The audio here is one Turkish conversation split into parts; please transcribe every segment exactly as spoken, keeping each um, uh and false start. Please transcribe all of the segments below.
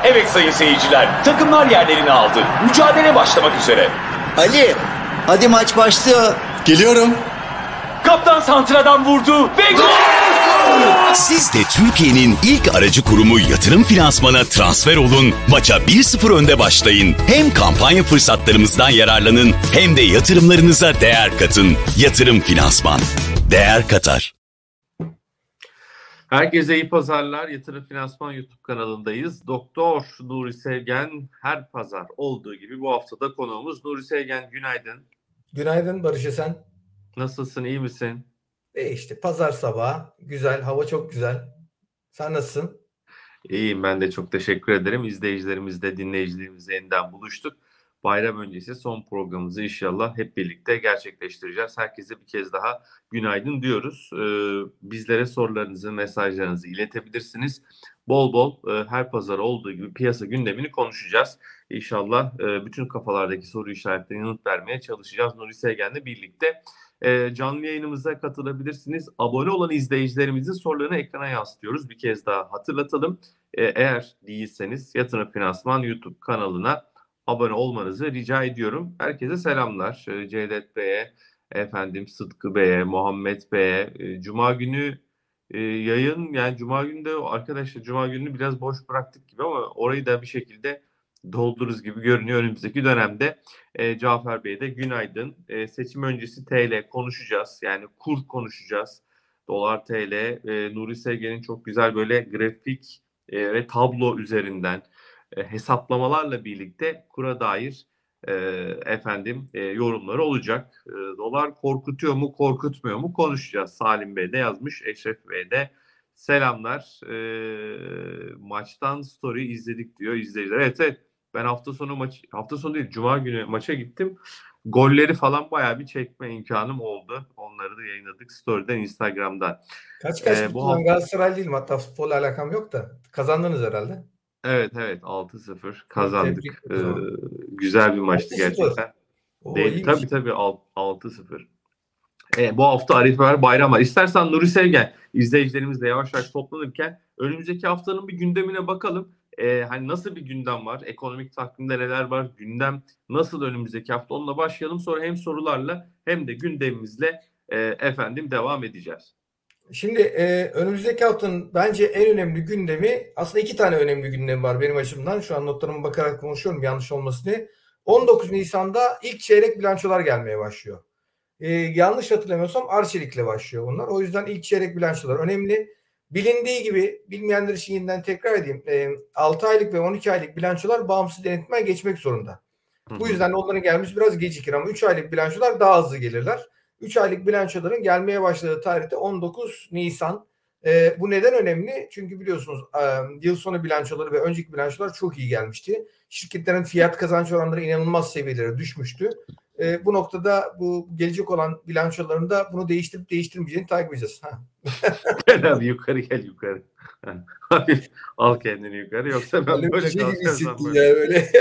Evet sayın seyirciler, takımlar yerlerini aldı. Mücadele başlamak üzere. Ali, hadi maç başlıyor. Geliyorum. Kaptan santradan vurdu ve gol! Siz de Türkiye'nin ilk aracı kurumu Yatırım Finansman'a transfer olun, maça bir sıfır önde başlayın. Hem kampanya fırsatlarımızdan yararlanın, hem de yatırımlarınıza değer katın. Yatırım Finansman, değer katar. Herkese iyi pazarlar. Yatırım Finansman YouTube kanalındayız. Doktor Nuri Sevgen her pazar olduğu gibi bu haftada konuğumuz. Nuri Sevgen, günaydın. Günaydın Barış Esen. Nasılsın, iyi misin? E işte pazar sabahı. Güzel, hava çok güzel. Sen nasılsın? İyiyim, ben de çok teşekkür ederim. İzleyicilerimizle, dinleyicilerimizle yeniden buluştuk. Bayram öncesi son programımızı inşallah hep birlikte gerçekleştireceğiz. Herkese bir kez daha günaydın diyoruz. Ee, bizlere sorularınızı, mesajlarınızı iletebilirsiniz. Bol bol e, her pazar olduğu gibi piyasa gündemini konuşacağız. İnşallah e, bütün kafalardaki soru işaretlerine yanıt vermeye çalışacağız. Nuri Sevgen'le birlikte. E, canlı yayınımıza katılabilirsiniz. Abone olan izleyicilerimizin sorularını ekrana yansıtıyoruz. Bir kez daha hatırlatalım. E, eğer değilseniz Yatırım Finansman YouTube kanalına abone olmanızı rica ediyorum. Herkese selamlar. E, Cevdet Bey'e, efendim Sıtkı Bey'e, Muhammed Bey'e. E, Cuma günü e, yayın, yani Cuma günü de arkadaşlar Cuma gününü biraz boş bıraktık gibi ama orayı da bir şekilde doldururuz gibi görünüyor önümüzdeki dönemde. E, Cafer Bey'e de günaydın. E, seçim öncesi T L konuşacağız. Yani kur konuşacağız. Dolar T L. E, Nuri Sevgen'in çok güzel böyle grafik e, ve tablo üzerinden e, hesaplamalarla birlikte kura dair e, efendim e, yorumları olacak. E, dolar korkutuyor mu, korkutmuyor mu konuşacağız. Salim Bey de yazmış. Eşref Bey de selamlar. E, maçtan story izledik diyor izleyiciler. Evet evet. Ben hafta sonu maç hafta sonu değil Cuma günü maça gittim. Golleri falan bayağı bir çekme imkanım oldu. Onları da yayınladık story'den, Instagram'dan. Kaç kaç Ee, bitti bu lan? hafta... Galatasaray değilim. Hatta futbolla alakam yok da. Kazandınız herhalde. Evet evet altı sıfır Evet, kazandık. Ee, güzel bir maçtı gerçekten. Oo, Değil, tabii tabii altı sıfır. E, bu hafta Arife var, bayram var. İstersen Nuri Sevgen, izleyicilerimiz de yavaş yavaş toplanırken önümüzdeki haftanın bir gündemine bakalım. E, hani nasıl bir gündem var? Ekonomik takvimde neler var? Gündem nasıl önümüzdeki hafta? Onunla başlayalım. Sonra hem sorularla hem de gündemimizle e, efendim devam edeceğiz. Şimdi e, önümüzdeki haftanın bence en önemli gündemi, aslında iki tane önemli gündem var benim açımdan. Şu an notlarıma bakarak konuşuyorum yanlış olmasın diye. on dokuz Nisan'da ilk çeyrek bilançolar gelmeye başlıyor. Ee, yanlış hatırlamıyorsam Arçelik'le başlıyor bunlar. O yüzden ilk çeyrek bilançolar önemli. Bilindiği gibi, bilmeyenler için yeniden tekrar edeyim. E, altı aylık ve on iki aylık bilançolar bağımsız denetimden geçmek zorunda. Hı hı. Bu yüzden onların gelmesi biraz gecikir ama üç aylık bilançolar daha hızlı gelirler. üç aylık bilançoların gelmeye başladığı tarihte on dokuz Nisan. E, bu neden önemli? Çünkü biliyorsunuz e, yıl sonu bilançoları ve önceki bilançolar çok iyi gelmişti. Şirketlerin fiyat kazanç oranları inanılmaz seviyelere düşmüştü. E, bu noktada bu gelecek olan bilançolarında bunu değiştirip değiştirmeyeceğini takip edeceğiz. Ha. Gel abi yukarı gel yukarı. Abi al kendini yukarı yoksa ben öyle böyle şey kalsam böyle. Ya, öyle.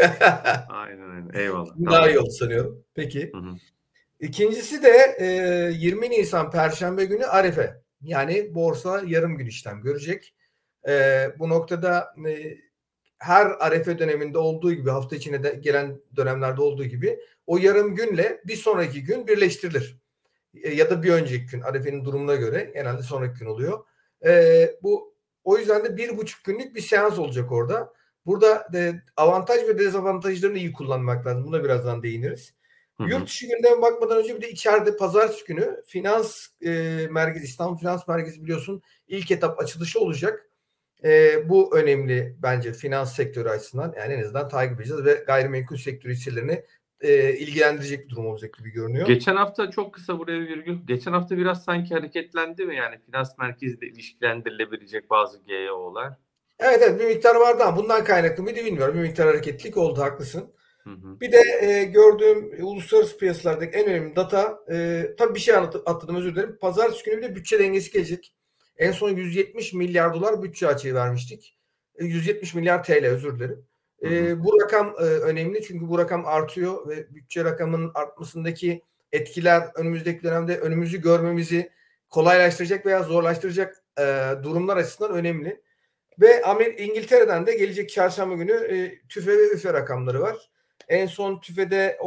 Aynen aynen eyvallah. Daha tamam. iyi oldu sanıyorum. Peki. Hı hı. İkincisi de e, yirmi Nisan Perşembe günü Arife. Yani borsa yarım gün işlem görecek. E, bu noktada e, her Arife döneminde olduğu gibi, hafta içine de gelen dönemlerde olduğu gibi o yarım günle bir sonraki gün birleştirilir. E, ya da bir önceki gün Arife'nin durumuna göre genelde sonraki gün oluyor. E, bu o yüzden de bir buçuk günlük bir seans olacak orada. Burada de, avantaj ve dezavantajlarını iyi kullanmak lazım. Buna birazdan değiniriz. Hı hı. Yurt dışı gündeme bakmadan önce bir de içeride pazartesi günü finans e, merkezi, İstanbul Finans Merkezi biliyorsun ilk etap açılışı olacak. E, bu önemli bence finans sektörü açısından. Yani en azından takip edeceğiz ve gayrimenkul sektörü hisselerini e, ilgilendirecek bir durum olacak gibi görünüyor. Geçen hafta çok kısa buraya virgül. Geçen hafta biraz sanki hareketlendi mi yani finans merkeziyle ilişkilendirilebilecek bazı G E O'lar? Evet evet bir miktar vardı ama bundan kaynaklı mıydı bilmiyorum. Bir miktar hareketlilik oldu, haklısın. Hı hı. Bir de e, gördüğüm uluslararası piyasalardaki en önemli data, e, tabii bir şey atladım özür dilerim. Pazartesi günü bir de bütçe dengesi gelecek. En son yüz yetmiş milyar dolar bütçe açığı vermiştik. E, yüz yetmiş milyar T L özür dilerim. E, bu rakam e, önemli çünkü bu rakam artıyor ve bütçe rakamının artmasındaki etkiler önümüzdeki dönemde önümüzü görmemizi kolaylaştıracak veya zorlaştıracak e, durumlar açısından önemli. Ve Amer İngiltere'den de gelecek çarşamba günü e, tüfe ve üfe rakamları var. En son tüfede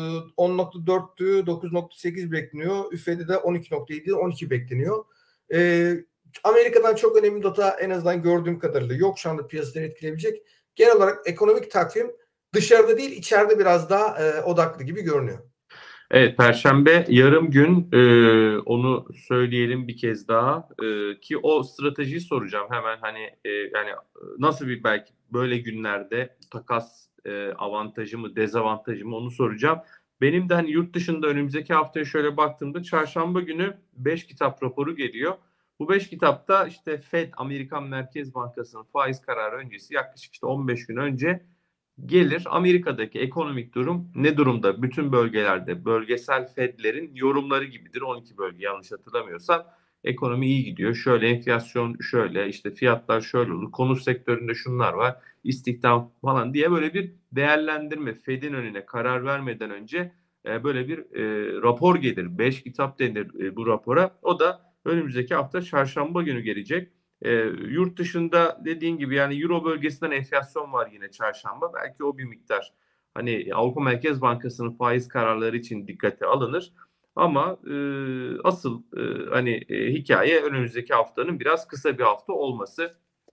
on nokta dörttü, dokuz nokta sekiz bekleniyor. Üfede de on iki nokta yedi, on iki bekleniyor. E, Amerika'dan çok önemli data en azından gördüğüm kadarıyla yok şu anda piyasaları etkileyebilecek. Genel olarak ekonomik takvim dışarıda değil içeride biraz daha e, odaklı gibi görünüyor. Evet, Perşembe yarım gün, e, onu söyleyelim bir kez daha, e, ki o stratejiyi soracağım hemen, hani e, yani nasıl bir, belki böyle günlerde takas e, avantajı mı dezavantajı mı onu soracağım. Benim de hani yurt dışında önümüzdeki haftaya şöyle baktığımda çarşamba günü beş kitap raporu geliyor. Bu beş kitapta işte Fed, Amerikan Merkez Bankası'nın faiz kararı öncesi yaklaşık işte on beş gün önce gelir. Amerika'daki ekonomik durum ne durumda? Bütün bölgelerde bölgesel Fed'lerin yorumları gibidir. on iki bölge yanlış hatırlamıyorsam. Ekonomi iyi gidiyor. Şöyle enflasyon şöyle, işte fiyatlar şöyle olur. Konut sektöründe şunlar var. İstihdam falan diye böyle bir değerlendirme, Fed'in önüne karar vermeden önce e, böyle bir e, rapor gelir. Beş kitap denir e, bu rapora. O da önümüzdeki hafta çarşamba günü gelecek. E, yurt dışında dediğin gibi yani Euro bölgesinden enflasyon var yine çarşamba. Belki o bir miktar hani Avrupa Merkez Bankası'nın faiz kararları için dikkate alınır. Ama e, asıl e, hani e, hikaye önümüzdeki haftanın biraz kısa bir hafta olması.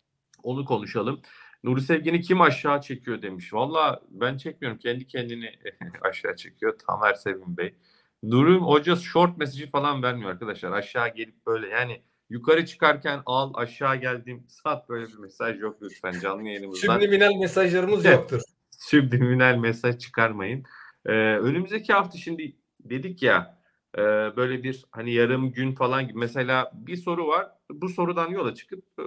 Onu konuşalım. Nuri Sevgen'i kim aşağı çekiyor demiş. Valla ben çekmiyorum. Kendi kendini aşağı çekiyor. Tamer Sevim Bey. Nuri Hoca short mesajı falan vermiyor arkadaşlar. Aşağı gelip böyle yani yukarı çıkarken al, aşağı geldiğim saat böyle bir mesaj yok lütfen canlı yayınımızdan. Subliminal mesajlarımız yoktur. Subliminal mesaj çıkarmayın. Ee, önümüzdeki hafta şimdi dedik ya e, böyle bir hani yarım gün falan gibi. Mesela bir soru var. Bu sorudan yola çıkıp e,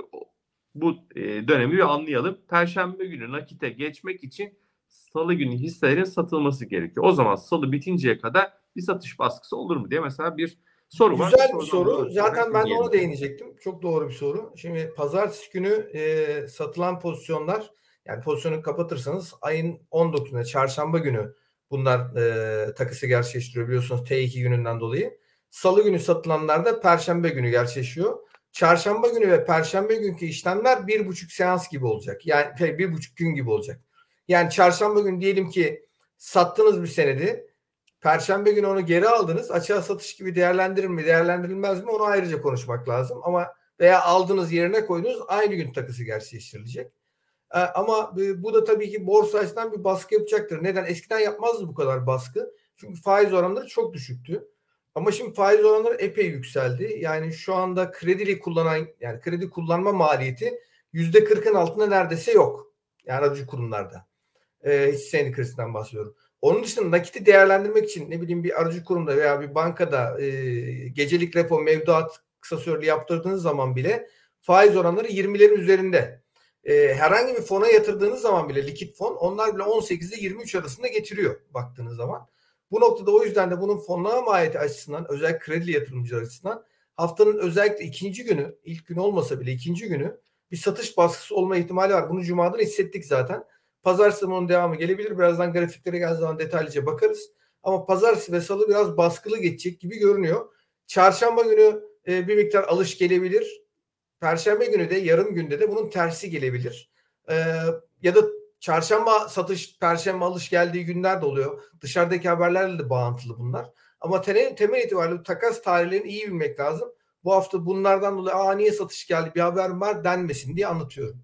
bu e, dönemi bir anlayalım. Perşembe günü nakite geçmek için salı günü hisselerin satılması gerekiyor. O zaman salı bitinceye kadar bir satış baskısı olur mu diye mesela bir soru var. Güzel bir soru. Zaten ben de ona değinecektim. Çok doğru bir soru. Şimdi pazartesi günü e, satılan pozisyonlar, yani pozisyonu kapatırsanız ayın on dokuzunda çarşamba günü bunlar e, takısı gerçekleştiriyor biliyorsunuz T iki gününden dolayı. Salı günü satılanlar da perşembe günü gerçekleşiyor. Çarşamba günü ve perşembe günkü işlemler bir buçuk seans gibi olacak. Yani bir buçuk gün gibi olacak. Yani çarşamba günü diyelim ki sattınız bir senedi. Perşembe günü onu geri aldınız. Açığa satış gibi değerlendirir mi, değerlendirilmez mi onu ayrıca konuşmak lazım. Ama veya aldığınız yerine koydunuz aynı gün takısı gerçekleştirilecek. Ee, ama bu da tabii ki borsa açısından bir baskı yapacaktır. Neden? Eskiden yapmazdı bu kadar baskı. Çünkü faiz oranları çok düşüktü. Ama şimdi faiz oranları epey yükseldi. Yani şu anda kredili kullanan, yani kredi kullanma maliyeti yüzde kırkın altında neredeyse yok. Yani aracı kurumlarda. Ee, hisse senedi kredisinden bahsediyorum. Onun dışında nakiti değerlendirmek için ne bileyim bir aracı kurumda veya bir bankada e, gecelik repo mevduat kısa süreli yaptırdığınız zaman bile faiz oranları yirmilerin üzerinde. E, herhangi bir fona yatırdığınız zaman bile likit fon onlar bile on sekizde yirmi üç arasında getiriyor baktığınız zaman. Bu noktada o yüzden de bunun fonlama maliyeti açısından özellikle kredi yatırımcılar açısından haftanın özellikle ikinci günü, ilk gün olmasa bile ikinci günü bir satış baskısı olma ihtimali var. Bunu Cuma'dan hissettik zaten. Pazartesi onun devamı gelebilir. Birazdan grafiklere geldiği zaman detaylıca bakarız. Ama pazartesi ve salı biraz baskılı geçecek gibi görünüyor. Çarşamba günü e, bir miktar alış gelebilir. Perşembe günü de yarım günde de bunun tersi gelebilir. E, ya da çarşamba satış, perşembe alış geldiği günler de oluyor. Dışarıdaki haberlerle de bağıntılı bunlar. Ama temel, temel itibariyle takas tarihlerini iyi bilmek lazım. Bu hafta bunlardan dolayı aa niye satış geldi bir haber var denmesin diye anlatıyorum.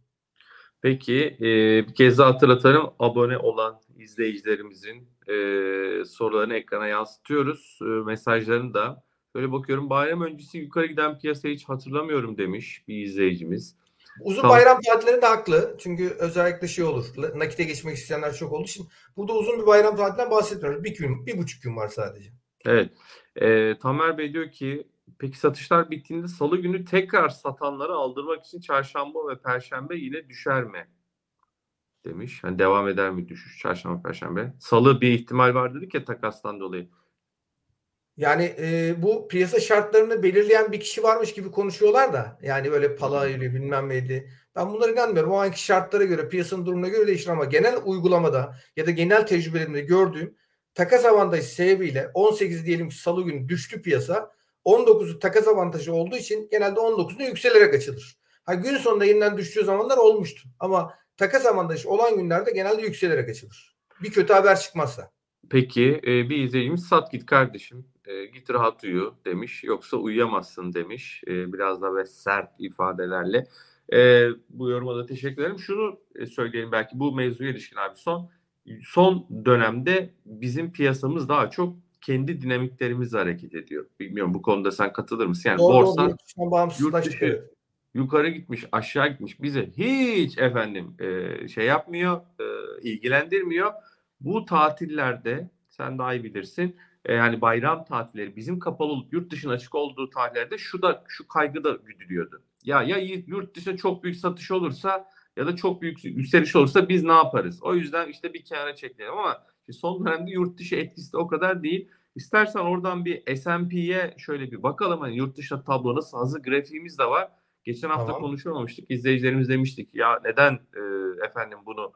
Peki e, bir kez daha hatırlatalım. Abone olan izleyicilerimizin e, sorularını ekrana yansıtıyoruz. E, mesajlarını da. Böyle bakıyorum bayram öncesi yukarı giden piyasayı hiç hatırlamıyorum demiş bir izleyicimiz. Uzun tamam. Bayram tatillerinde haklı. Çünkü özellikle şey olur. Nakite geçmek isteyenler çok olduğu için. Burada uzun bir bayram tatilinden bahsetmiyoruz. Bir gün, bir buçuk gün var sadece. Evet. E, Tamer Bey diyor ki peki satışlar bittiğinde salı günü tekrar satanları aldırmak için çarşamba ve perşembe yine düşer mi? Demiş. Hani devam eder mi düşüş çarşamba perşembe? Salı bir ihtimal var dedik ya takastan dolayı. Yani e, bu piyasa şartlarını belirleyen bir kişi varmış gibi konuşuyorlar da. Yani böyle palaylı bilmem neydi. Ben bunlara inanmıyorum. O anki şartlara göre, piyasanın durumuna göre değişir ama genel uygulamada ya da genel tecrübelerimde gördüğüm takas avantajı sebebiyle on sekiz diyelim ki salı günü düştü piyasa. on dokuzu takas avantajı olduğu için genelde on dokuzunda yükselerek açılır. Ha, gün sonunda yeniden düştüğü zamanlar olmuştu. Ama takas avantajı olan günlerde genelde yükselerek açılır. Bir kötü haber çıkmazsa. Peki e, bir izleyicimiz sat git kardeşim e, git rahat uyu demiş, yoksa uyuyamazsın demiş e, biraz da ve sert ifadelerle. E, bu yoruma da teşekkür ederim. Şunu e, söyleyeyim belki bu mevzuya ilişkin abi, son son dönemde bizim piyasamız daha çok kendi dinamiklerimizle hareket ediyor. Bilmiyorum, bu konuda sen katılır mısın? Yani Doğru, borsa yurt dışından bağımsızlaştık. yurt dışı yukarı gitmiş, aşağı gitmiş, bize hiç efendim e, şey yapmıyor, e, ilgilendirmiyor. Bu tatillerde sen daha iyi bilirsin. E, yani bayram tatilleri bizim kapalı olup yurt dışına açık olduğu tarihlerde şu da şu kaygı da güdülüyordu. Ya ya yurt dışına çok büyük satış olursa ya da çok büyük yükseliş olursa biz ne yaparız? O yüzden işte bir kenara çekelim, ama işte son dönemde yurt dışı etkisi de o kadar değil. İstersen oradan bir S and P'ye şöyle bir bakalım. Hani yurt dışına tablo nasıl? Hazır grafiğimiz de var. Geçen hafta Tamam. konuşamamıştık. İzleyicilerimiz demiştik ya neden e, efendim bunu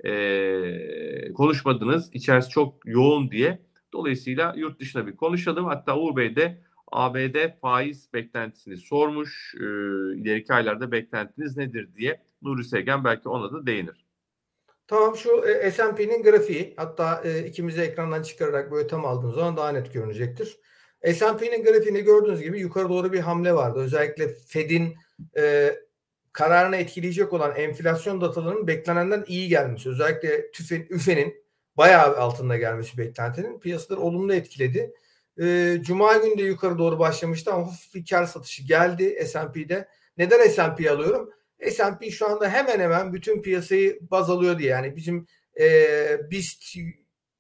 e, konuşmadınız? İçerisi çok yoğun diye. Dolayısıyla yurt dışına bir konuşalım. Hatta Uğur Bey de A B D faiz beklentisini sormuş. E, ileriki aylarda beklentiniz nedir diye. Nuri Sevgen belki ona da değinir. Tamam, şu e, S and P'nin grafiği, hatta e, ikimizi ekrandan çıkararak böyle tam aldığımız zaman daha net görünecektir. S and P'nin grafiğini gördüğünüz gibi yukarı doğru bir hamle vardı. Özellikle Fed'in e, kararını etkileyecek olan enflasyon datalarının beklenenden iyi gelmesi. Özellikle TÜFE, üfe'nin bayağı altında gelmesi beklentinin piyasaları olumlu etkiledi. E, Cuma günü de yukarı doğru başlamıştı ama hafif bir kar satışı geldi S and P'de. Neden S and P'yi alıyorum? S and P şu anda hemen hemen bütün piyasayı baz alıyor diye, yani bizim e, B I S T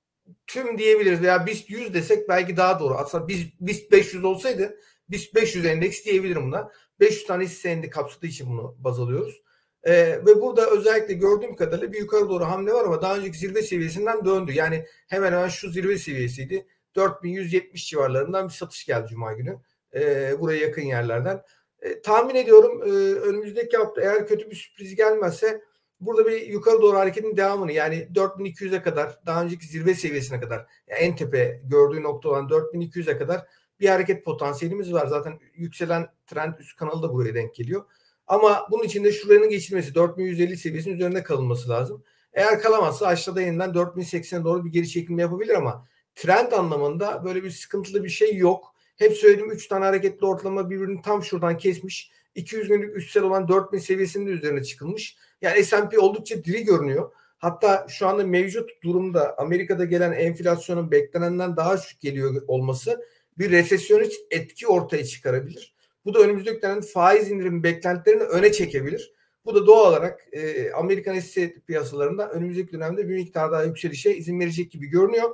tüm diyebiliriz veya B I S T yüz desek belki daha doğru. Aslında B I S T beş yüz olsaydı B I S T beş yüz endeks diyebilirim buna. beş yüz tane hisse endeks kapsadığı için bunu baz alıyoruz. E, ve burada özellikle gördüğüm kadarıyla bir yukarı doğru hamle var ama daha önceki zirve seviyesinden döndü. Yani hemen hemen şu zirve seviyesiydi. dört bin yüz yetmiş civarlarından bir satış geldi Cuma günü. E, buraya yakın yerlerden. E, tahmin ediyorum e, önümüzdeki hafta eğer kötü bir sürpriz gelmezse burada bir yukarı doğru hareketin devamını, yani dört bin iki yüze kadar, daha önceki zirve seviyesine kadar, yani en tepe gördüğü nokta olan dört bin iki yüze kadar bir hareket potansiyelimiz var. Zaten yükselen trend üst kanalı da buraya denk geliyor. Ama bunun için de şuranın geçilmesi, dört bin yüz elli seviyesinin üzerinde kalınması lazım. Eğer kalamazsa aşağıda yeniden dört bin seksene doğru bir geri çekilme yapabilir ama trend anlamında böyle bir sıkıntılı bir şey yok. Hep söylediğim üç tane hareketli ortalama birbirini tam şuradan kesmiş. iki yüz günlük üstsel olan dört bin seviyesinin de üzerine çıkılmış. Yani S and P oldukça diri görünüyor. Hatta şu anda mevcut durumda Amerika'da gelen enflasyonun beklenenden daha düşük geliyor olması bir resesyonist etki ortaya çıkarabilir. Bu da önümüzdeki dönemde faiz indirimi beklentilerini öne çekebilir. Bu da doğal olarak e, Amerikan hisse piyasalarında önümüzdeki dönemde bir miktar daha yükselişe izin verecek gibi görünüyor.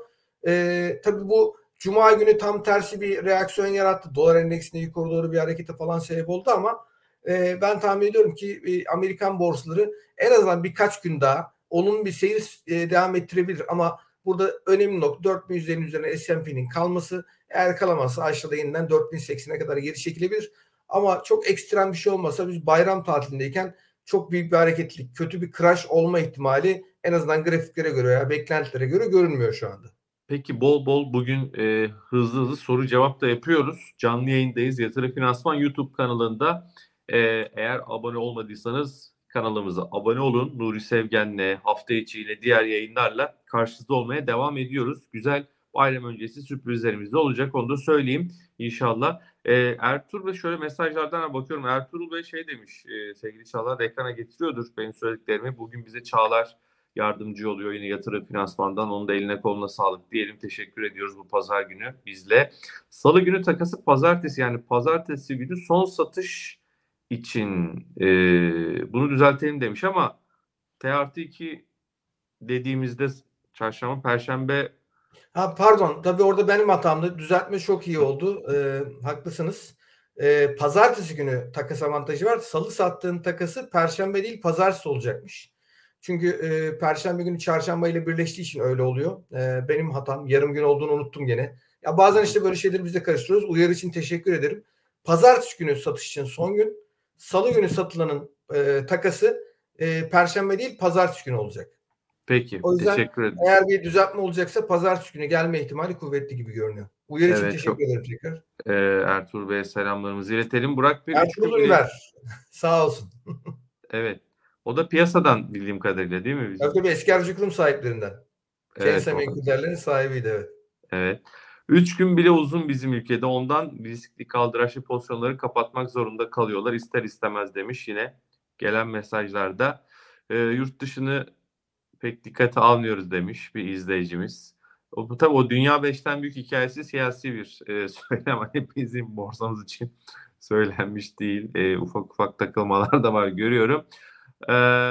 E, tabii bu Cuma günü tam tersi bir reaksiyon yarattı. Dolar endeksinde yukarı doğru bir harekete falan sebep oldu ama e, ben tahmin ediyorum ki e, Amerikan borsaları en azından birkaç gün daha olumlu bir seyir e, devam ettirebilir. Ama burada önemli nokta dört bin yüzlerin üzerine S and P'nin kalması. Eğer kalamazsa aşağıda yeniden dört bin seksene kadar geri çekilebilir. Ama çok ekstrem bir şey olmasa biz bayram tatilindeyken çok büyük bir hareketlilik, kötü bir crash olma ihtimali en azından grafiklere göre veya beklentilere göre görünmüyor şu anda. Peki bol bol bugün e, hızlı hızlı soru cevap da yapıyoruz. Canlı yayındayız. Yatırım Finansman YouTube kanalında. E, eğer abone olmadıysanız kanalımıza abone olun. Nuri Sevgen'le, hafta içi yine diğer yayınlarla karşınızda olmaya devam ediyoruz. Güzel bayram öncesi sürprizlerimiz de olacak. Onu da söyleyeyim inşallah. E, Ertuğrul Bey, şöyle mesajlardan bakıyorum. Ertuğrul Bey şey demiş, e, sevgili Çağlar ekrana getiriyordur benim söylediklerimi. Bugün bize Çağlar yardımcı oluyor yine Yatırım Finansman'dan. Onun da eline koluna sağlık diyelim. Teşekkür ediyoruz bu pazar günü bizle. Salı günü takası pazartesi, yani pazartesi günü son satış için e, bunu düzeltelim demiş ama T artı iki dediğimizde çarşamba, perşembe. Ha, pardon, tabii orada benim hatamdı. Düzeltme çok iyi oldu. Ee, haklısınız. Ee, pazartesi günü takas avantajı var. Salı sattığın takası perşembe değil pazartesi olacakmış. Çünkü e, perşembe günü çarşamba ile birleştiği için öyle oluyor. E, benim hatam. Yarım gün olduğunu unuttum gene. Ya bazen işte böyle şeyleri biz de karıştırıyoruz. Uyarı için teşekkür ederim. Pazartesi günü satış için son gün. Salı günü satılanın e, takası e, perşembe değil pazartesi günü olacak. Peki. O yüzden teşekkür ederim. Eğer bir düzeltme olacaksa pazartesi günü gelme ihtimali kuvvetli gibi görünüyor. Uyarı için Evet, teşekkür çok ederim tekrar. e, Ertuğrul Bey'e selamlarımızı iletelim. Burak Bey üç gün Ertuğrul bile Ünver. Sağ olsun. evet. O da piyasadan bildiğim kadarıyla değil mi bizim? Tabii tabii eski aracı kurum sahiplerinden. Evet, Kense o. Menkuller'lerin sahibiydi evet. Evet. Üç gün bile uzun bizim ülkede. Ondan riskli kaldıraçlı pozisyonları kapatmak zorunda kalıyorlar. İster istemez demiş yine gelen mesajlarda. E, yurt dışını pek dikkate almıyoruz demiş bir izleyicimiz. O, bu tabii o Dünya Beşten Büyük hikayesi siyasi bir e, söylem. Hani bizim borsamız için söylenmiş değil. E, ufak ufak takılmalar da var görüyorum. E,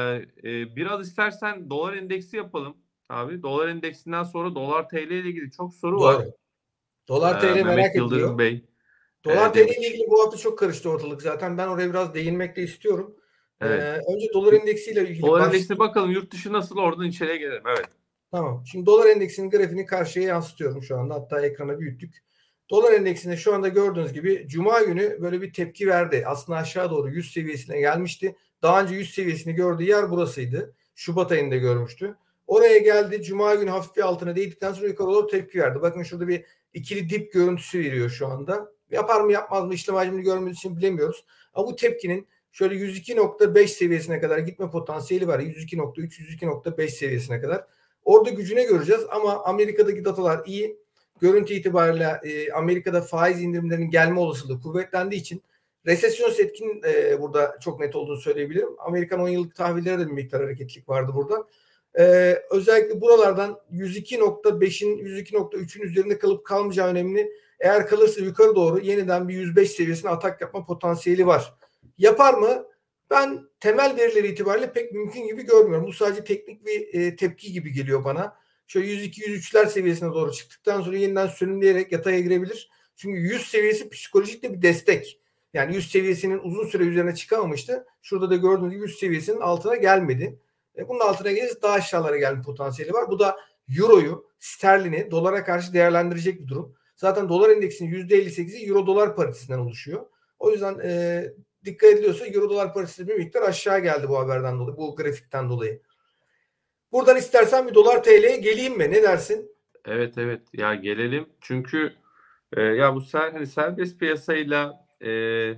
e, biraz istersen dolar endeksi yapalım. Abi dolar endeksinden sonra dolar T L ile ilgili çok soru var. Doğru. Dolar E, T L merak Mehmet Yıldırım ediliyor. Bey Dolar e, T L ile demiş. ilgili bu hafta çok karıştı ortalık zaten. Ben oraya biraz değinmek de istiyorum. Ee, Evet. önce dolar endeksiyle ilgili Dolar baş... endeksine bakalım. Yurt dışı nasıl? Oradan içeriye gelelim. Evet. Tamam. Şimdi dolar endeksinin grafiğini karşıya yansıtıyorum şu anda. Hatta ekrana büyüttük. Dolar endeksinde şu anda gördüğünüz gibi Cuma günü böyle bir tepki verdi. Aslında aşağı doğru yüz seviyesine gelmişti. Daha önce yüz seviyesini gördüğü yer burasıydı. Şubat ayında görmüştü. Oraya geldi. Cuma günü hafif bir altına değdikten sonra yukarı doğru tepki verdi. Bakın şurada bir ikili dip görüntüsü veriyor şu anda. Yapar mı yapmaz mı işlem hacmini görmediğimiz için bilemiyoruz. Ama bu tepkinin şöyle yüz iki nokta beş seviyesine kadar gitme potansiyeli var. yüz iki nokta üç yüz iki nokta beş seviyesine kadar. Orada gücüne göreceğiz ama Amerika'daki datalar iyi. Görüntü itibariyle e, Amerika'da faiz indirimlerinin gelme olasılığı kuvvetlendiği için resesyon etkin e, burada çok net olduğunu söyleyebilirim. Amerikan on yıllık tahvillere de bir miktar hareketlilik vardı burada. E, özellikle buralardan yüz iki nokta beşin yüz iki nokta üçün üzerinde kalıp kalmayacağı önemli. Eğer kalırsa yukarı doğru yeniden bir yüz beş seviyesine atak yapma potansiyeli var. Yapar mı? Ben temel verileri itibariyle pek mümkün gibi görmüyorum. Bu sadece teknik bir e, tepki gibi geliyor bana. Şöyle yüz iki yüz üçler seviyesine doğru çıktıktan sonra yeniden sönümleyerek yataya girebilir. Çünkü yüz seviyesi psikolojik de bir destek. Yani yüz seviyesinin uzun süre üzerine çıkamamıştı. Şurada da gördüğünüz gibi yüz seviyesinin altına gelmedi. E, bunun altına gelirse daha aşağılara gelme potansiyeli var. Bu da Euro'yu, sterlini dolara karşı değerlendirecek bir durum. Zaten dolar endeksinin yüzde elli sekizi Euro dolar paritesinden oluşuyor. O yüzden e, dikkat ediliyorsa Euro dolar paritesi bir miktar aşağı geldi bu haberden dolayı, bu grafikten dolayı. Buradan istersen bir dolar T L'ye geleyim mi? Ne dersin? Evet evet ya gelelim çünkü e, ya bu ser, hani serbest piyasayla e, e,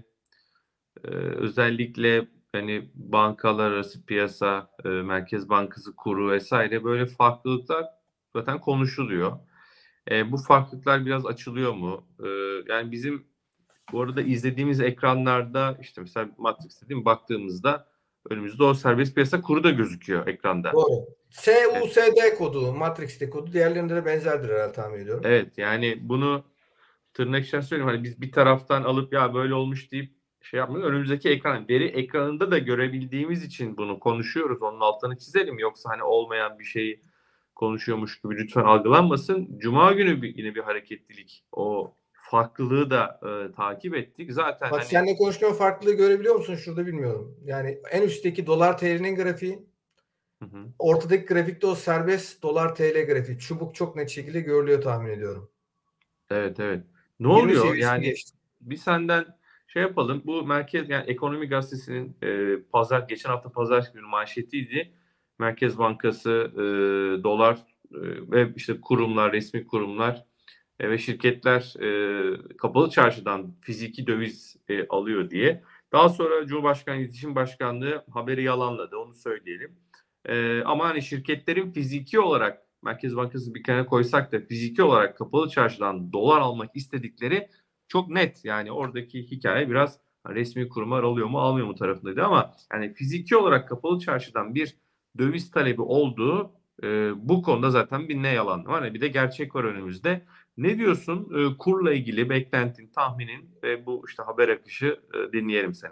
özellikle hani bankalar arası piyasa, e, Merkez Bankası kuru vesaire böyle farklılıklar zaten konuşuluyor. E, bu farklılıklar biraz açılıyor mu? E, yani bizim bu arada izlediğimiz ekranlarda işte mesela Matrix dediğim baktığımızda önümüzde o serbest piyasa kuru da gözüküyor ekranda. Doğru. S U S D kodu, Matrix'te kodu diğerlerinde de benzerdir herhalde tahmin ediyorum. Evet yani bunu tırnak içine söyleyeyim. Hani biz bir taraftan alıp ya böyle olmuş deyip şey yapmıyoruz. Önümüzdeki ekran, veri ekranında da görebildiğimiz için bunu konuşuyoruz. Onun altını çizelim. Yoksa hani olmayan bir şeyi konuşuyormuş gibi lütfen algılanmasın. Cuma günü bir, yine bir hareketlilik. O farklılığı da e, takip ettik. Zaten Bak hani... seninle konuşurken farklılığı görebiliyor musun? Şurada bilmiyorum. Yani en üstteki dolar T L'nin grafiği. Hı hı. Ortadaki grafikte o serbest dolar T L grafiği. Çubuk çok net şekilde görülüyor tahmin ediyorum. Evet evet. Ne oluyor? Yani geçti. bir senden şey yapalım. Bu merkez yani Ekonomi Gazetesi'nin e, pazar geçen hafta pazar günü manşetiydi. Merkez Bankası e, dolar e, ve işte kurumlar, resmi kurumlar e, ve şirketler e, kapalı çarşıdan fiziki döviz e, alıyor diye. Daha sonra Cumhurbaşkanı İletişim Başkanlığı haberi yalanladı. Onu söyleyelim. E, ama hani şirketlerin fiziki olarak Merkez Bankası bir kenara koysak da fiziki olarak kapalı çarşıdan dolar almak istedikleri çok net. Yani oradaki hikaye biraz resmi kurumlar alıyor mu almıyor mu tarafındaydı ama yani fiziki olarak kapalı çarşıdan bir döviz talebi olduğu e, bu konuda zaten bir ne yalan var ya bir de gerçek var önümüzde. Ne diyorsun e, kurla ilgili beklentin, tahminin ve bu işte haber akışı e, dinleyelim seni.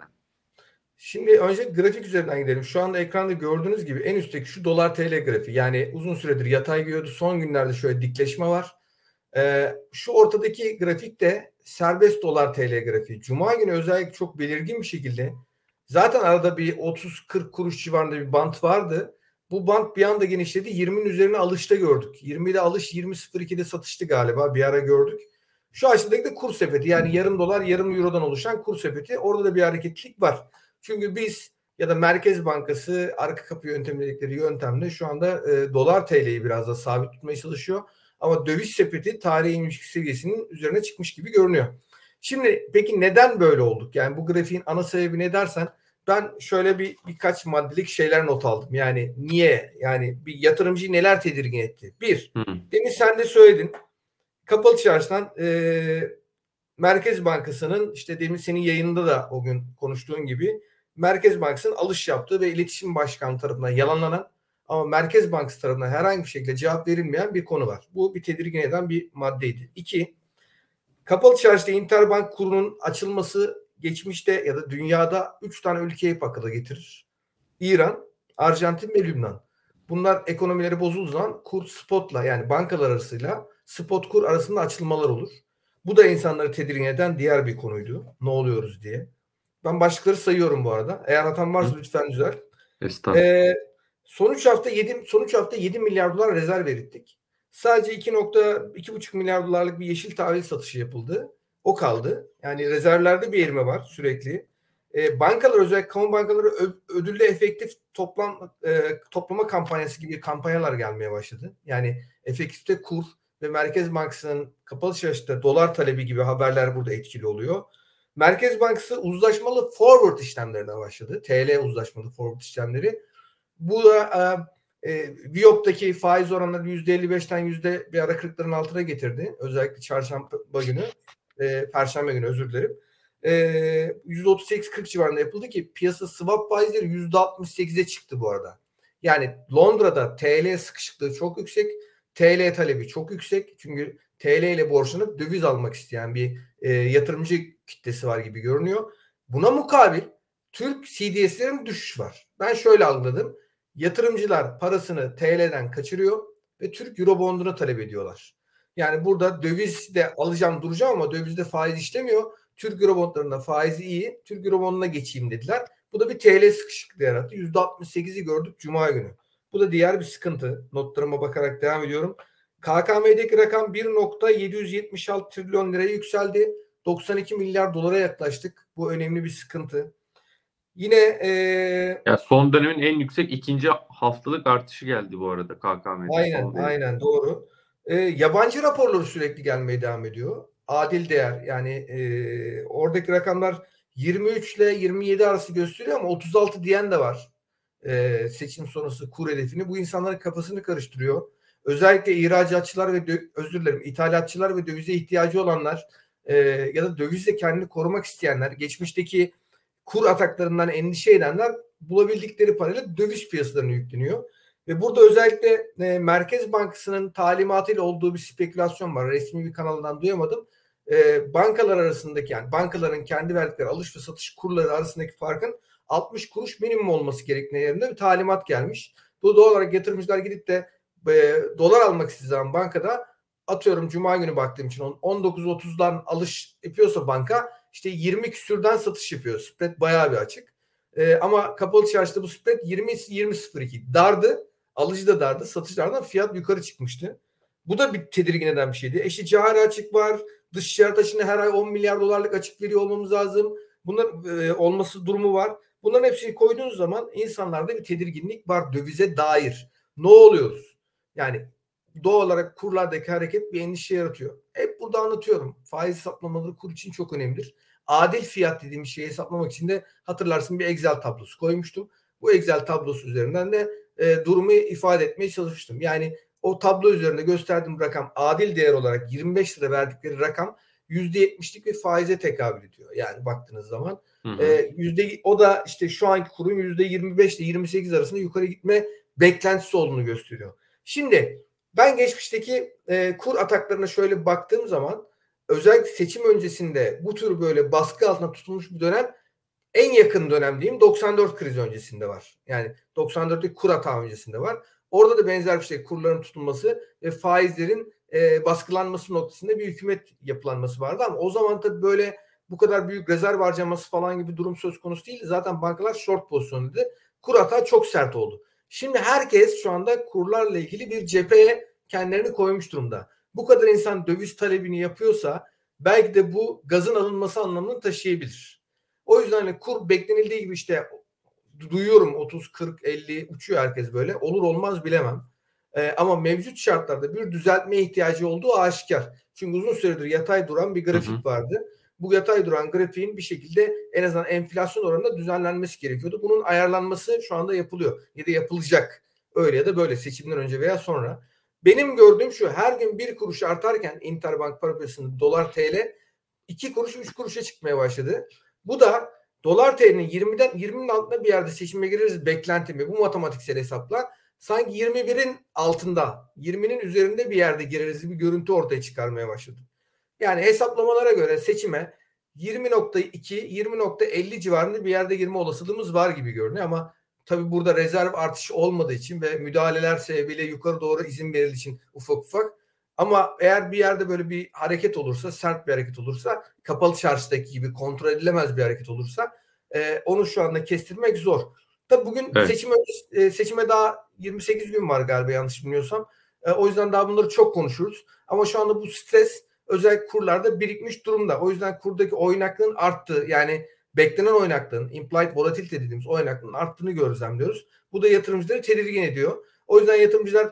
Şimdi önce grafik üzerinden gidelim. Şu anda ekranda gördüğünüz gibi en üstteki şu dolar T L grafiği. Yani uzun süredir yatay gidiyordu. Son günlerde şöyle dikleşme var. Ee, şu ortadaki grafik de serbest dolar T L grafiği. Cuma günü özellikle çok belirgin bir şekilde zaten arada bir otuz kırk kuruş civarında bir bant vardı. Bu bant bir anda genişledi. yirminin üzerine alışta gördük. yirmide alış, yirmi nokta sıfır ikide satıştı galiba. Bir ara gördük. Şu aşağıdaki de kur sepeti. Yani yarım dolar, yarım eurodan oluşan kur sepeti. Orada da bir hareketlilik var. Çünkü biz ya da Merkez Bankası arka kapı yöntemi dedikleri yöntemle şu anda e, dolar T L'yi biraz da sabit tutmaya çalışıyor. Ama döviz sepeti tarihi ilişki seviyesinin üzerine çıkmış gibi görünüyor. Şimdi peki neden böyle olduk? Yani bu grafiğin ana sebebi ne dersen ben şöyle bir birkaç maddelik şeyler not aldım. Yani niye? Yani bir yatırımcıyı neler tedirgin etti? Bir, Hı. demin sen de söyledin. Kapalı çarşıdan e, Merkez Bankası'nın işte demin senin yayında da o gün konuştuğun gibi Merkez Bankası'nın alış yaptığı ve iletişim başkanı tarafından yalanlanan ama Merkez Bankası tarafından herhangi bir şekilde cevap verilmeyen bir konu var. Bu bir tedirgin eden bir maddeydi. İki, kapalı çarşıda interbank kurunun açılması geçmişte ya da dünyada üç tane ülkeyi pakada getirir. İran, Arjantin ve Lübnan. Bunlar ekonomileri bozulduğu zaman kur spotla yani bankalar arasıyla spot kur arasında açılmalar olur. Bu da insanları tedirgin eden diğer bir konuydu. Ne oluyoruz diye. Ben başlıkları sayıyorum bu arada. Eğer hatam varsa Hı. lütfen düzelt. Estağfurullah. Ee, son üç hafta yedi son üç hafta yedi milyar dolar rezerv erittik. Sadece iki nokta iki buçuk milyar dolarlık bir yeşil tahvil satışı yapıldı. O kaldı. Yani rezervlerde bir erime var sürekli. E, bankalar özellikle kamu bankaları ödüllü efektif toplam e, toplama kampanyası gibi kampanyalar gelmeye başladı. Yani efektifte kur ve Merkez Bankası'nın kapalı çarşıda dolar talebi gibi haberler burada etkili oluyor. Merkez Bankası uzlaşmalı forward işlemlerine başladı. T L uzlaşmalı forward işlemleri. Bu da e, e, Viyop'taki faiz oranları yüzde elli beşten yüzde bir ara kırkların altına getirdi. Özellikle çarşamba günü, e, perşembe günü özür dilerim. yüzde otuz sekiz kırk civarında yapıldı ki piyasa swap faizleri yüzde altmış sekize çıktı bu arada. Yani Londra'da T L sıkışıklığı çok yüksek. T L talebi çok yüksek. Çünkü T L ile borçlanıp döviz almak isteyen bir e, yatırımcı kitlesi var gibi görünüyor. Buna mukabil Türk C D S'lerin düşüş var. Ben şöyle algıladım. Yatırımcılar parasını T L'den kaçırıyor ve Türk Eurobond'unu talep ediyorlar. Yani burada döviz de alacağım duracağım ama dövizde faiz işlemiyor. Türk Eurobondlarında faizi iyi. Türk Eurobond'una geçeyim dediler. Bu da bir T L sıkışıklığı yarattı. yüzde altmış sekizi gördük Cuma günü. Bu da diğer bir sıkıntı. Notlarıma bakarak devam ediyorum. K K M'deki rakam bir nokta yedi yüz yetmiş altı trilyon liraya yükseldi. doksan iki milyar dolara yaklaştık. Bu önemli bir sıkıntı. Yine e, ya son dönemin en yüksek ikinci haftalık artışı geldi bu arada K K M'de. Aynen, aynen doğru. E, yabancı raporları sürekli gelmeye devam ediyor. Adil değer yani e, oradaki rakamlar yirmi üç ile yirmi yedi arası gösteriyor ama otuz altı diyen de var. E, seçim sonrası kur hedefini. Bu insanların kafasını karıştırıyor. Özellikle ihracatçılar ve dö- özür dilerim ithalatçılar ve dövize ihtiyacı olanlar e, ya da dövizle kendini korumak isteyenler, geçmişteki kur ataklarından endişe edenler bulabildikleri parayla döviz piyasalarına yükleniyor. Ve burada özellikle e, Merkez Bankası'nın talimatıyla olduğu bir spekülasyon var. Resmi bir kanaldan duyamadım. E, bankalar arasındaki yani bankaların kendi verdikleri alış ve satış kurları arasındaki farkın altmış kuruş minimum olması gerektiğine yerinde bir talimat gelmiş. Bu doğal olarak yatırımcılar gidip de e, dolar almak istediği zaman bankada atıyorum Cuma günü baktığım için on dokuz otuzdan alış yapıyorsa banka işte yirmi küsürden satış yapıyor. Spread bayağı bir açık. E, ama kapalı çarşıda bu spread yirmi yirmi sıfır iki dardı. Alıcı da dardı. Satışlardan fiyat yukarı çıkmıştı. Bu da bir tedirgin eden bir şeydi. Eşi cari açık var. Dış ticaret açığına her ay on milyar dolarlık açık veriyor olmamız lazım. Bunlar e, olması durumu var. Bunların hepsini koyduğunuz zaman insanlarda bir tedirginlik var dövize dair. Ne oluyoruz? Yani doğal olarak kurlardaki hareket bir endişe yaratıyor. Hep burada anlatıyorum. Faiz hesaplamaları kur için çok önemlidir. Adil fiyat dediğim şeyi hesaplamak için de hatırlarsın bir Excel tablosu koymuştum. Bu Excel tablosu üzerinden de e, durumu ifade etmeye çalışmıştım. Yani o tablo üzerinde gösterdiğim rakam adil değer olarak yirmi beş lira verdikleri rakam yüzde yetmişlik bir faize tekabül ediyor. Yani baktığınız zaman hı hı. E, yüzde, o da işte şu anki kurun yüzde yirmi beş ile yirmi sekiz arasında yukarı gitme beklentisi olduğunu gösteriyor. Şimdi ben geçmişteki e, kur ataklarına şöyle baktığım zaman özellikle seçim öncesinde bu tür böyle baskı altında tutulmuş bir dönem en yakın dönem diyeyim doksan dört krizi öncesinde var. Yani doksan dörtteki kur atağı öncesinde var. Orada da benzer bir şey kurların tutulması ve faizlerin e, baskılanması noktasında bir hükümet yapılanması vardı ama o zaman tabii böyle bu kadar büyük rezerv harcaması falan gibi durum söz konusu değil. Zaten bankalar short pozisyonuydu. Kur atağı çok sert oldu. Şimdi herkes şu anda kurlarla ilgili bir cepheye kendilerini koymuş durumda. Bu kadar insan döviz talebini yapıyorsa belki de bu gazın alınması anlamını taşıyabilir. O yüzden hani kur beklenildiği gibi işte duyuyorum otuz kırk elli uçuyor herkes böyle. Olur olmaz bilemem. E, ama mevcut şartlarda bir düzeltmeye ihtiyacı olduğu aşikar. Çünkü uzun süredir yatay duran bir grafik hı hı. vardı. Bu yatay duran grafiğin bir şekilde en azından enflasyon oranında düzenlenmesi gerekiyordu. Bunun ayarlanması şu anda yapılıyor ya da yapılacak. Öyle ya da böyle seçimden önce veya sonra. Benim gördüğüm şu, her gün bir kuruş artarken interbank para piyasasında dolar T L iki kuruş üç kuruşa çıkmaya başladı. Bu da dolar T L'nin yirmiden yirminin altında bir yerde seçime gireriz beklentimi. Bu matematiksel hesapla sanki yirmi birin altında, yirminin üzerinde bir yerde gireriz bir görüntü ortaya çıkarmaya başladı. Yani hesaplamalara göre seçime yirmi nokta iki yirmi nokta elli civarında bir yerde girme olasılığımız var gibi görünüyor ama tabii burada rezerv artışı olmadığı için ve müdahaleler sebebiyle yukarı doğru izin verildiği için ufak ufak. Ama eğer bir yerde böyle bir hareket olursa, sert bir hareket olursa, kapalı çarşıdaki gibi kontrol edilemez bir hareket olursa e, onu şu anda kestirmek zor. Tabii bugün evet. seçime, e, seçime daha yirmi sekiz gün var galiba yanlış bilmiyorsam. E, o yüzden daha bunları çok konuşuruz. Ama şu anda bu stres özellikle kurlarda birikmiş durumda. O yüzden kurdaki oynaklığın arttığı, yani beklenen oynaklığın, implied volatility dediğimiz oynaklığın arttığını gözlemliyoruz. Bu da yatırımcıları tedirgin ediyor. O yüzden yatırımcılar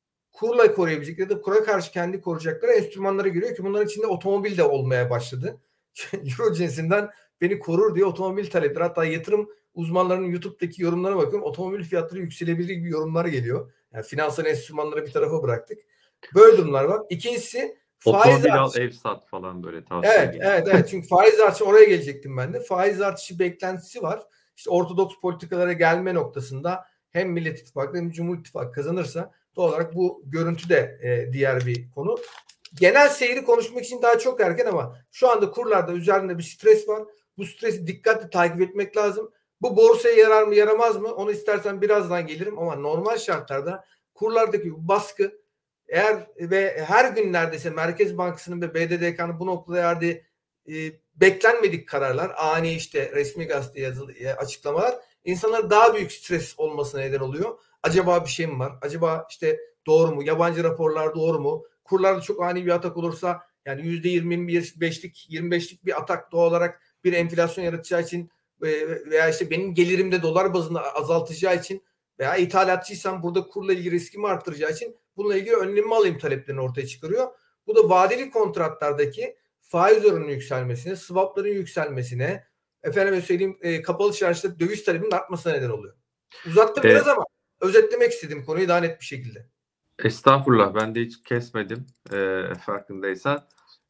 kurla koruyabilecek ya da kura karşı kendi koruyacakları enstrümanlara giriyor ki bunların içinde otomobil de olmaya başladı. Euro cinsinden beni korur diye otomobil talepleri. Hatta yatırım uzmanlarının YouTube'daki yorumlarına bakıyorum. Otomobil fiyatları yükselebilir gibi yorumlar geliyor. Yani finansal enstrümanları bir tarafa bıraktık. Böyle durumlar var. İkincisi faiz otomobil artışı. Al, ev sat falan böyle tavsiye Evet, geliyor. evet, evet. Çünkü faiz artışı, oraya gelecektim ben de. Faiz artışı beklentisi var. İşte ortodoks politikalara gelme noktasında hem Millet İttifakı hem Cumhur İttifakı kazanırsa doğal olarak bu görüntü de e, diğer bir konu. Genel seyri konuşmak için daha çok erken ama şu anda kurlarda üzerinde bir stres var. Bu stresi dikkatli takip etmek lazım. Bu borsaya yarar mı yaramaz mı? Onu istersen birazdan gelirim ama normal şartlarda kurlardaki baskı eğer ve her gün neredeyse Merkez Bankası'nın ve B D D K'nın bu noktada verdiği e, beklenmedik kararlar, ani işte resmi gazete yazılı e, açıklamalar insanlara daha büyük stres olmasına neden oluyor. Acaba bir şey mi var? Acaba işte doğru mu? Yabancı raporlar doğru mu? Kurlarda çok ani bir atak olursa yani yüzde yirmi yirmi beşlik yirmi beşlik bir atak doğal olarak bir enflasyon yaratacağı için veya işte benim gelirimde dolar bazında azaltacağı için veya ithalatçıysam burada kurla ilgili riskimi arttıracağı için bununla ilgili önlemimi alayım taleplerini ortaya çıkarıyor. Bu da vadeli kontratlardaki faiz oranının yükselmesine, swapların yükselmesine, efendime söyleyeyim e, kapalı çarşıda döviz talebinin artmasına neden oluyor. Uzattım evet. Biraz ama özetlemek istedim konuyu daha net bir şekilde. Estağfurullah, ben de hiç kesmedim e, farkındaysan.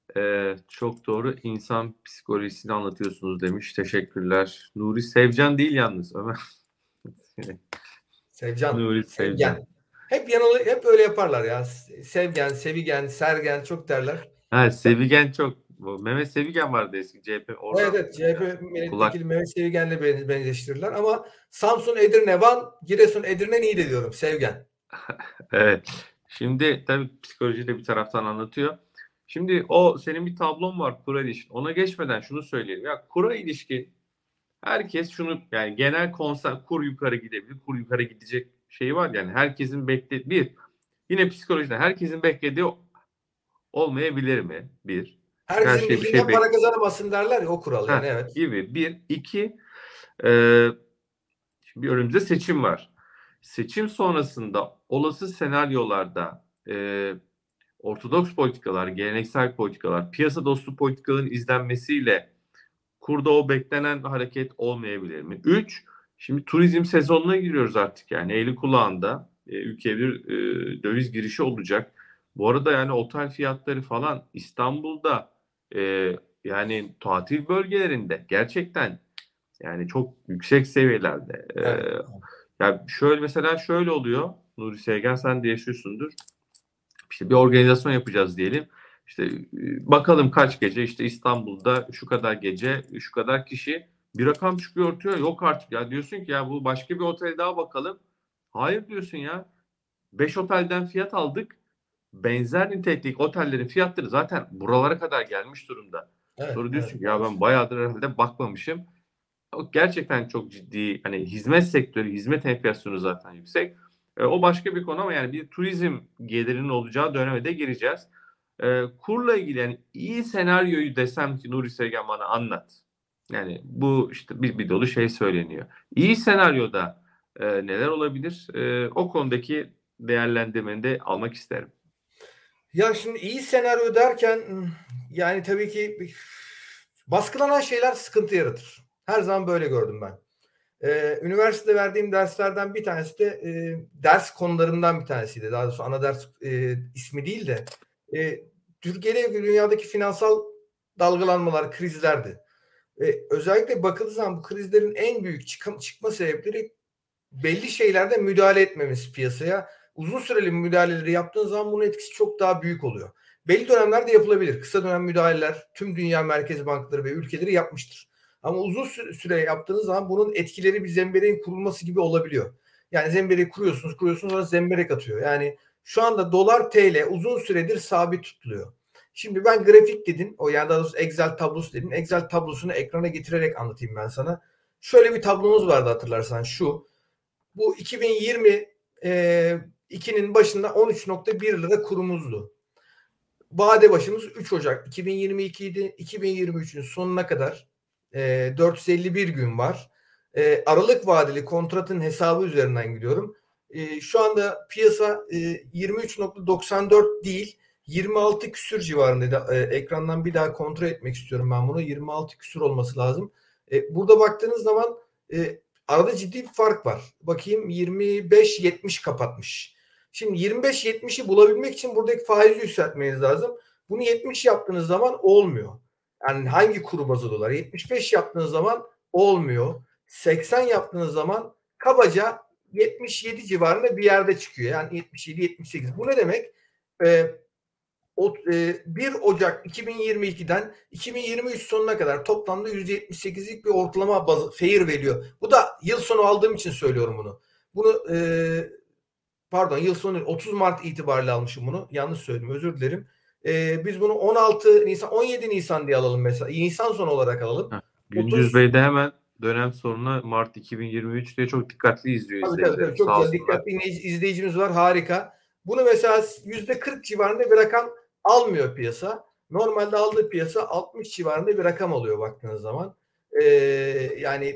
E, çok doğru, insan psikolojisini anlatıyorsunuz demiş. Teşekkürler. Nuri Sevcan değil yalnız Ömer. Sevcan. Nuri Sevcan. Sevgen. Hep yanalı, hep öyle yaparlar ya. Sevgen, Sevigen, Sergen çok derler. Ha, Sevigen çok. Mehmet Sevigen vardı eski C H P. Evet, evet. C H P milletvekili Mehmet Sevigen'le benzeştirirler ama Samsun, Edirne, Van, Giresun, Edirne Niğde diyorum. Sevgen. Evet. Şimdi tabii psikoloji de bir taraftan anlatıyor. Şimdi o senin bir tablon var kura ilişkin. Ona geçmeden şunu söyleyelim. Ya kura ilişkin herkes şunu, yani genel konser, kur yukarı gidebilir, kur yukarı gidecek şeyi var yani herkesin beklediği bir, yine psikolojide herkesin beklediği olmayabilir mi? Bir. Herkesin her şey bildiğinden şey para kazanamazsın derler ya, o kural yani. Ha, evet. Gibi. Bir. İki. E, şimdi önümüzde seçim var. Seçim sonrasında olası senaryolarda e, ortodoks politikalar, geleneksel politikalar, piyasa dostu politikaların izlenmesiyle kurda o beklenen hareket olmayabilir mi? Üç, şimdi turizm sezonuna giriyoruz artık yani. Eli kulağında e, ülkeye bir e, döviz girişi olacak. Bu arada yani otel fiyatları falan İstanbul'da e, yani tatil bölgelerinde gerçekten yani çok yüksek seviyelerde. E, evet. Yani şöyle mesela şöyle oluyor. Nuri Sevgen, sen de yaşıyorsundur. İşte bir organizasyon yapacağız diyelim. İşte bakalım kaç gece, işte İstanbul'da şu kadar gece, şu kadar kişi, bir rakam çıkıyor ortaya. Yok artık ya, diyorsun ki ya bu başka bir otel daha bakalım. Hayır diyorsun ya. beş otelden fiyat aldık. Benzer nitelikli otellerin fiyatları zaten buralara kadar gelmiş durumda. Evet, sonra diyorsun evet, ki ya ben bayağıdır herhalde bakmamışım. Gerçekten çok ciddi, hani hizmet sektörü, hizmet enflasyonu zaten yüksek. E, o başka bir konu ama yani bir turizm gelirinin olacağı döneme de gireceğiz. E, kurla ilgili yani iyi senaryoyu desem ki Nuri Sevgen bana anlat. Yani bu işte bir, bir dolu şey söyleniyor. İyi senaryoda e, neler olabilir? E, o konudaki değerlendirmeni de almak isterim. Ya şimdi iyi senaryo derken yani tabii ki baskılanan şeyler sıkıntı yaratır. Her zaman böyle gördüm ben. Ee, üniversitede verdiğim derslerden bir tanesi de e, ders konularından bir tanesiydi. Daha doğrusu ana ders e, ismi değil de e, Türkiye'de ve dünyadaki finansal dalgalanmalar, krizlerdi. E, özellikle bakıldığı zaman bu krizlerin en büyük çıkma, çıkma sebepleri belli şeylerde müdahale etmemiz piyasaya. Uzun süreli müdahaleleri yaptığın zaman bunun etkisi çok daha büyük oluyor. Belli dönemlerde yapılabilir. Kısa dönem müdahaleler tüm dünya merkez bankaları ve ülkeleri yapmıştır. Ama uzun süre yaptığınız zaman bunun etkileri bir zembereğin kurulması gibi olabiliyor. Yani zembereği kuruyorsunuz, kuruyorsunuz sonra zemberek atıyor. Yani şu anda dolar T L uzun süredir sabit tutuluyor. Şimdi ben grafik dedin, o yani daha doğrusu Excel tablosu dedin. Excel tablosunu ekrana getirerek anlatayım ben sana. Şöyle bir tablomuz vardı hatırlarsan şu. Bu iki bin yirmi ikinin başında on üç nokta bir lira kurumuzdu. Vade başımız üç Ocak iki bin yirmi iki idi. iki bin yirmi üçün sonuna kadar e, dört yüz elli bir gün var. E, Aralık vadeli kontratın hesabı üzerinden gidiyorum. E, şu anda piyasa e, yirmi üç nokta doksan dört değil yirmi altı küsür civarında. E, ekrandan bir daha kontrol etmek istiyorum ben bunu. yirmi altı küsür olması lazım. E, burada baktığınız zaman e, arada ciddi bir fark var. Bakayım yirmi beş yetmiş kapatmış. Şimdi yirmi beş yetmişi bulabilmek için buradaki faizi yükseltmeniz lazım. Bunu yetmiş yaptığınız zaman olmuyor. Yani hangi kuru bazı dolar? yetmiş beş yaptığınız zaman olmuyor. seksen yaptığınız zaman kabaca yetmiş yedi civarında bir yerde çıkıyor. Yani yetmiş yedi yetmiş sekiz. Bu ne demek? Ee, o, e, bir Ocak iki bin yirmi ikiden iki bin yirmi üç sonuna kadar toplamda yüz yetmiş sekizlik bir ortalama bazı fair veriyor. Bu da yıl sonu aldığım için söylüyorum bunu. Bunu e, pardon yıl sonu otuz Mart itibariyle almışım bunu. Yanlış söyledim, özür dilerim. Ee, biz bunu on altı Nisan on yedi Nisan diye alalım mesela. Nisan sonu olarak alalım. Heh, Gündüz Bey de hemen dönem sonuna Mart iki bin yirmi üç diye çok dikkatli izliyor tabii, izleyiciler. tabii, çok güzel dikkatli izleyicimiz var, harika. Bunu mesela yüzde kırk civarında bir rakam almıyor piyasa. Normalde aldığı piyasa altmış civarında bir rakam alıyor baktığınız zaman. Ee, yani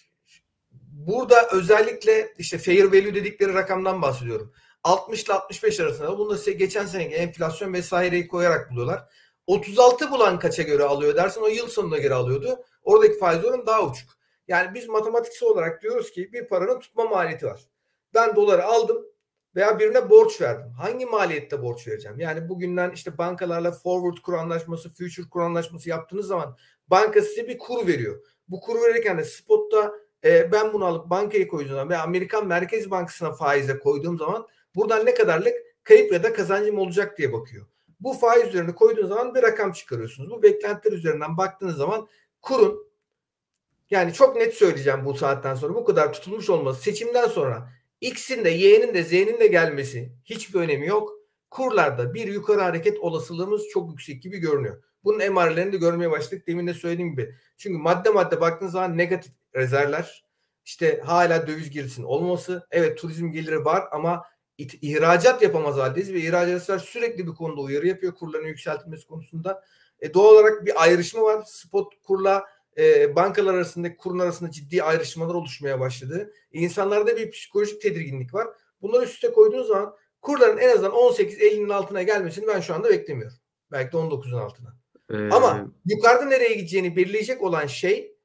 burada özellikle işte fair value dedikleri rakamdan bahsediyorum. altmış ile altmış beş arasında. Bunu da size geçen seneki enflasyon vesaireyi koyarak buluyorlar. otuz altı bulan kaça göre alıyor dersen o yıl sonuna göre alıyordu. Oradaki faiz oranı daha uçuk. Yani biz matematiksel olarak diyoruz ki bir paranın tutma maliyeti var. Ben doları aldım veya birine borç verdim. Hangi maliyette borç vereceğim? Yani bugünden işte bankalarla forward kur anlaşması, future kur anlaşması yaptığınız zaman banka size bir kur veriyor. Bu kur verirken de spotta e, ben bunu alıp bankaya koyduğum zaman veya Amerikan Merkez Bankası'na faize koyduğum zaman buradan ne kadarlık kayıp ya da kazancım olacak diye bakıyor. Bu faiz üzerine koyduğunuz zaman bir rakam çıkarıyorsunuz. Bu beklentiler üzerinden baktığınız zaman kurun, yani çok net söyleyeceğim bu saatten sonra, bu kadar tutulmuş olması, seçimden sonra X'in de Y'nin de Z'nin de gelmesi hiçbir önemi yok. Kurlarda bir yukarı hareket olasılığımız çok yüksek gibi görünüyor. Bunun emarelerini de görmeye başladık demin de söylediğim gibi. Çünkü madde madde baktığınız zaman negatif rezervler, işte hala döviz girdisinin olması, evet turizm geliri var ama ihracat yapamaz haldeyiz ve ihracatçılar sürekli bir konuda uyarı yapıyor kurların yükseltilmesi konusunda. E, doğal olarak bir ayrışma var. Spot kurla e, bankalar arasındaki kurun arasında ciddi ayrışmalar oluşmaya başladı. E, insanlarda bir psikolojik tedirginlik var. Bunları üst üste koyduğunuz zaman kurların en azından on sekiz ellinin altına gelmesini ben şu anda beklemiyorum. Belki de on dokuzun altına. Ee... Ama yukarıda nereye gideceğini belirleyecek olan şey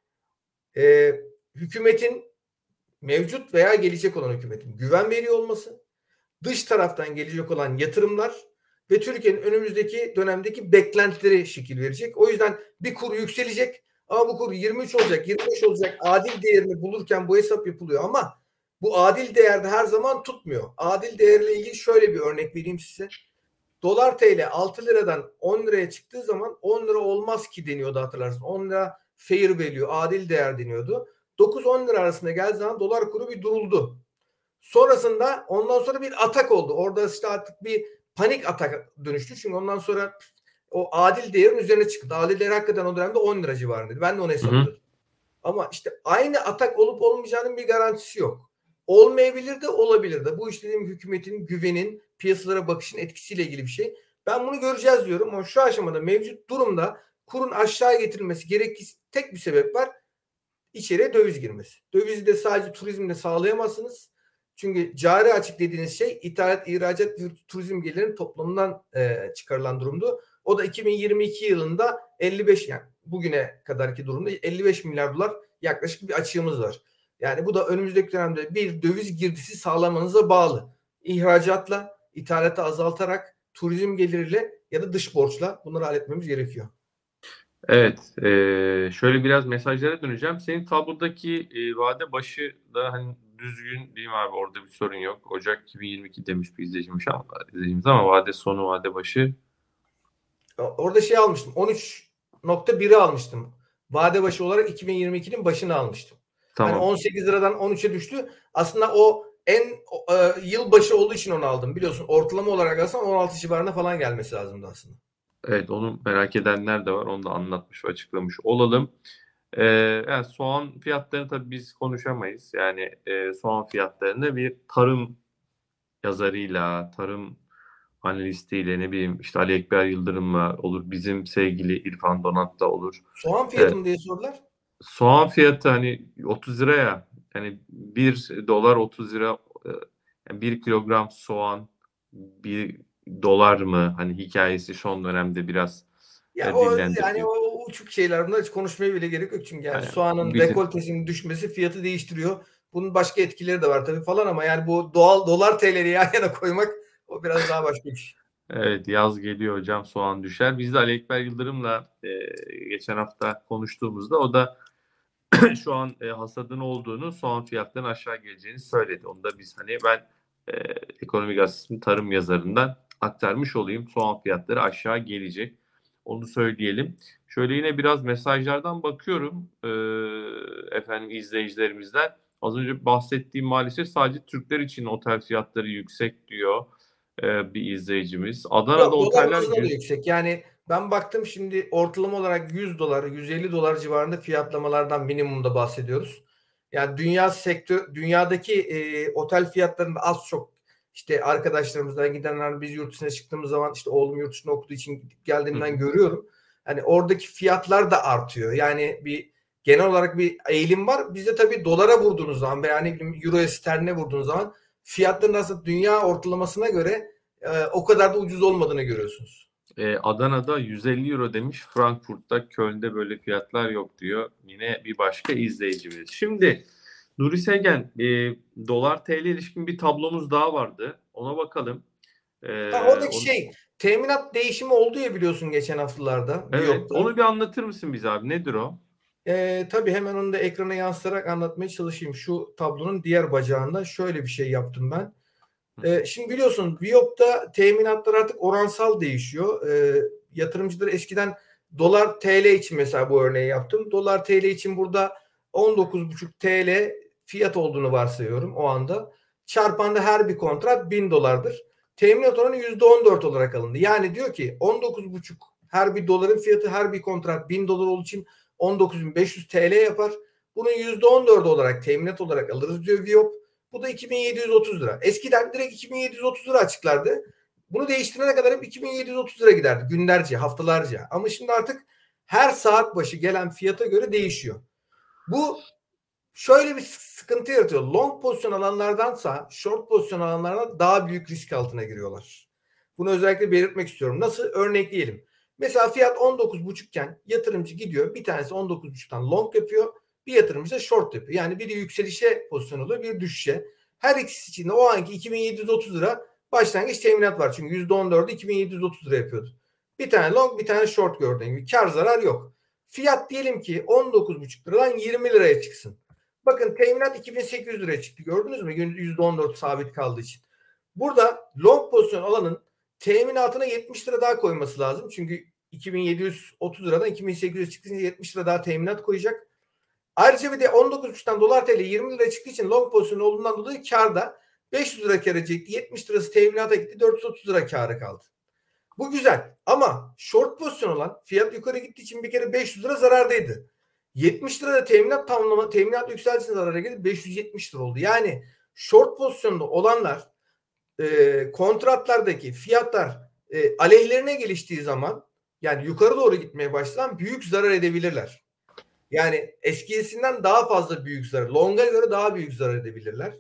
e, hükümetin, mevcut veya gelecek olan hükümetin güven veriyor olması, dış taraftan gelecek olan yatırımlar ve Türkiye'nin önümüzdeki dönemdeki beklentileri şekil verecek. O yüzden bir kur yükselecek ama bu kur yirmi üç olacak, yirmi beş olacak, adil değerini bulurken bu hesap yapılıyor ama bu adil değerde her zaman tutmuyor. Adil değerle ilgili şöyle bir örnek vereyim size. Dolar T L altı liradan on liraya çıktığı zaman on lira olmaz ki deniyordu, hatırlarsın. on lira fair value, adil değer deniyordu. dokuz on lira arasında geldiği zaman dolar kuru bir duruldu. Sonrasında ondan sonra bir atak oldu. Orada işte artık bir panik atak dönüştü. Çünkü ondan sonra o adil değerin üzerine çıktı. Adil değer hakikaten o dönemde on lira civarındaydı. Ben de onu hesapladım. Ama işte aynı atak olup olmayacağının bir garantisi yok. Olmayabilir de olabilir de. Bu işte dediğim hükümetin, güvenin, piyasalara bakışın etkisiyle ilgili bir şey. Ben bunu göreceğiz diyorum ama şu aşamada mevcut durumda kurun aşağı getirilmesi gerekirse tek bir sebep var. İçeriye döviz girmesi. Dövizi de sadece turizmle sağlayamazsınız. Çünkü cari açık dediğiniz şey ithalat, ihracat ve turizm gelirinin toplamından e, çıkarılan durumdu. O da iki bin yirmi iki yılında elli beş, yani bugüne kadarki durumda elli beş milyar dolar yaklaşık bir açığımız var. Yani bu da önümüzdeki dönemde bir döviz girdisi sağlamanıza bağlı. İhracatla, ithalatı azaltarak, turizm geliriyle ya da dış borçla bunları halletmemiz gerekiyor. Evet, e, şöyle biraz mesajlara döneceğim. Senin tablodaki e, vade başı da hani düzgün değil mi abi? Orada bir sorun yok. Ocak iki bin yirmi iki demiş bir izleyicimiz ama, izleyicimiz ama vade sonu, vade başı. Orada şey almıştım. on üç nokta biri almıştım. Vade başı olarak iki bin yirmi ikinin başını almıştım. Tamam. Hani on sekiz liradan on üçe düştü. Aslında o en e, yıl başı olduğu için onu aldım. Biliyorsun ortalama olarak alsam on altı civarında falan gelmesi lazımdı aslında. Evet, onu merak edenler de var. Onu da anlatmış ve açıklamış olalım. Ee, yani soğan fiyatlarını tabii biz konuşamayız. Yani e, soğan fiyatlarını bir tarım yazarıyla, tarım analistiyle, ne bileyim işte Ali Ekber Yıldırım'la olur, bizim sevgili İrfan Donat'la olur. Soğan fiyatı mı Evet. diye sordular. Soğan fiyatı hani otuz liraya, yani bir dolar otuz lira, yani bir kilogram soğan bir dolar mı? Hani hikayesi son dönemde biraz Ya e, o dillendiriliyor. yani o uçuk şeyler, bunlar hiç konuşmaya bile gerek yok çünkü yani, Yani soğanın bizim- rekoltesinin düşmesi fiyatı değiştiriyor. Bunun başka etkileri de var tabii falan ama yani bu doğal dolar T L'leri yan yana koymak o biraz daha başka bir şey. Evet, yaz geliyor hocam, soğan düşer. Biz de Ali Ekber Yıldırım'la e, geçen hafta konuştuğumuzda o da şu an e, hasadın olduğunu, soğan fiyatlarının aşağı geleceğini söyledi. Onu da biz hani ben e, Ekonomi Gazetesi'nin tarım yazarından aktarmış olayım. Soğan fiyatları aşağı gelecek. Onu söyleyelim. Şöyle yine biraz mesajlardan bakıyorum e, efendim izleyicilerimizden. Az önce bahsettiğim maalesef sadece Türkler için otel fiyatları yüksek diyor e, bir izleyicimiz. Adana'da Yok, dolar oteller bazında da yüz... yüksek. Yani ben baktım şimdi ortalama olarak yüz dolar, yüz elli dolar civarında fiyatlamalardan minimumda bahsediyoruz. Yani dünya sektör, dünyadaki e, otel fiyatlarında az çok işte arkadaşlarımızdan gidenler, biz yurt dışına çıktığımız zaman işte oğlum yurt dışında okuduğu için gidip geldiğimden Hı hı. görüyorum. Hani oradaki fiyatlar da artıyor. Yani bir genel olarak bir eğilim var. Bizde tabii dolara vurduğunuz zaman veya yani euroya sterline vurduğunuz zaman fiyatların aslında dünya ortalamasına göre e, o kadar da ucuz olmadığını görüyorsunuz. Ee, Adana'da yüz elli euro demiş. Frankfurt'ta, Köln'de böyle fiyatlar yok diyor. Yine bir başka izleyicimiz. Şimdi Nuri Segen, e, dolar T L ilişkin bir tablomuz daha vardı. Ona bakalım. Ee, Ha, oradaki onu- şey teminat değişimi oldu ya biliyorsun geçen haftalarda. Evet, Viyop'ta. onu bir anlatır mısın bize abi? Nedir o? E, tabii hemen onu da ekrana yansıtarak anlatmaya çalışayım. Şu tablonun diğer bacağında şöyle bir şey yaptım ben. E, şimdi biliyorsun Viyop'ta teminatlar artık oransal değişiyor. E, yatırımcılar eskiden dolar T L için mesela bu örneği yaptım. Dolar T L için burada on dokuz buçuk T L fiyat olduğunu varsayıyorum o anda. Çarpanda her bir kontrat bin dolardır. Teminat oranı yüzde on dört olarak alındı. Yani diyor ki on dokuz buçuk her bir doların fiyatı, her bir kontrat bin dolar olduğu için on dokuz bin beş yüz T L yapar. Bunun yüzde on dört olarak teminat olarak alırız diyor Viyop. Bu da iki bin yedi yüz otuz lira. Eskiden direkt iki bin yedi yüz otuz lira açıklardı. Bunu değiştirene kadar hep iki bin yedi yüz otuz lira giderdi günlerce, haftalarca. Ama şimdi artık her saat başı gelen fiyata göre değişiyor. Bu şöyle bir sıkıntı yaratıyor. Long pozisyon alanlardansa short pozisyon alanlarına daha büyük risk altına giriyorlar. Bunu özellikle belirtmek istiyorum. Nasıl? Örnekleyelim. Mesela fiyat on dokuz buçuk iken yatırımcı gidiyor. Bir tanesi on dokuz buçuktan long yapıyor. Bir yatırımcı da short yapıyor. Yani biri yükselişe pozisyon oluyor, bir düşüşe. Her ikisi için de o anki iki bin yedi yüz otuz lira başlangıç teminat var. Çünkü yüzde on dördü iki bin yedi yüz otuz lira yapıyordu. Bir tane long, bir tane short gördüğün gibi. Kar zarar yok. Fiyat diyelim ki on dokuz buçuk liradan yirmi liraya çıksın. Bakın teminat iki bin sekiz yüz liraya çıktı. Gördünüz mü? yüzde on dört sabit kaldığı için. Burada long pozisyon alanın teminatına yetmiş lira daha koyması lazım. Çünkü iki bin yedi yüz otuz liradan iki bin sekiz yüz çıktığında yetmiş lira daha teminat koyacak. Ayrıca bir de on dokuz buçuktan dolar T L yirmi lira çıktığı için long pozisyon olduğundan dolayı karda beş yüz lira kar edecekti. yetmiş lirası teminata gitti. dört yüz otuz lira karı kaldı. Bu güzel ama short pozisyon olan fiyat yukarı gittiği için bir kere beş yüz lira zarardaydı. yetmiş lirada teminat tamamlama, teminat yükseltisine zarara geldi. beş yüz yetmiş lira oldu. Yani short pozisyonda olanlar e, kontratlardaki fiyatlar e, aleyhlerine geliştiği zaman, yani yukarı doğru gitmeye başlayan büyük zarar edebilirler. Yani eskisinden daha fazla büyük zarar, longa göre daha büyük zarar edebilirler.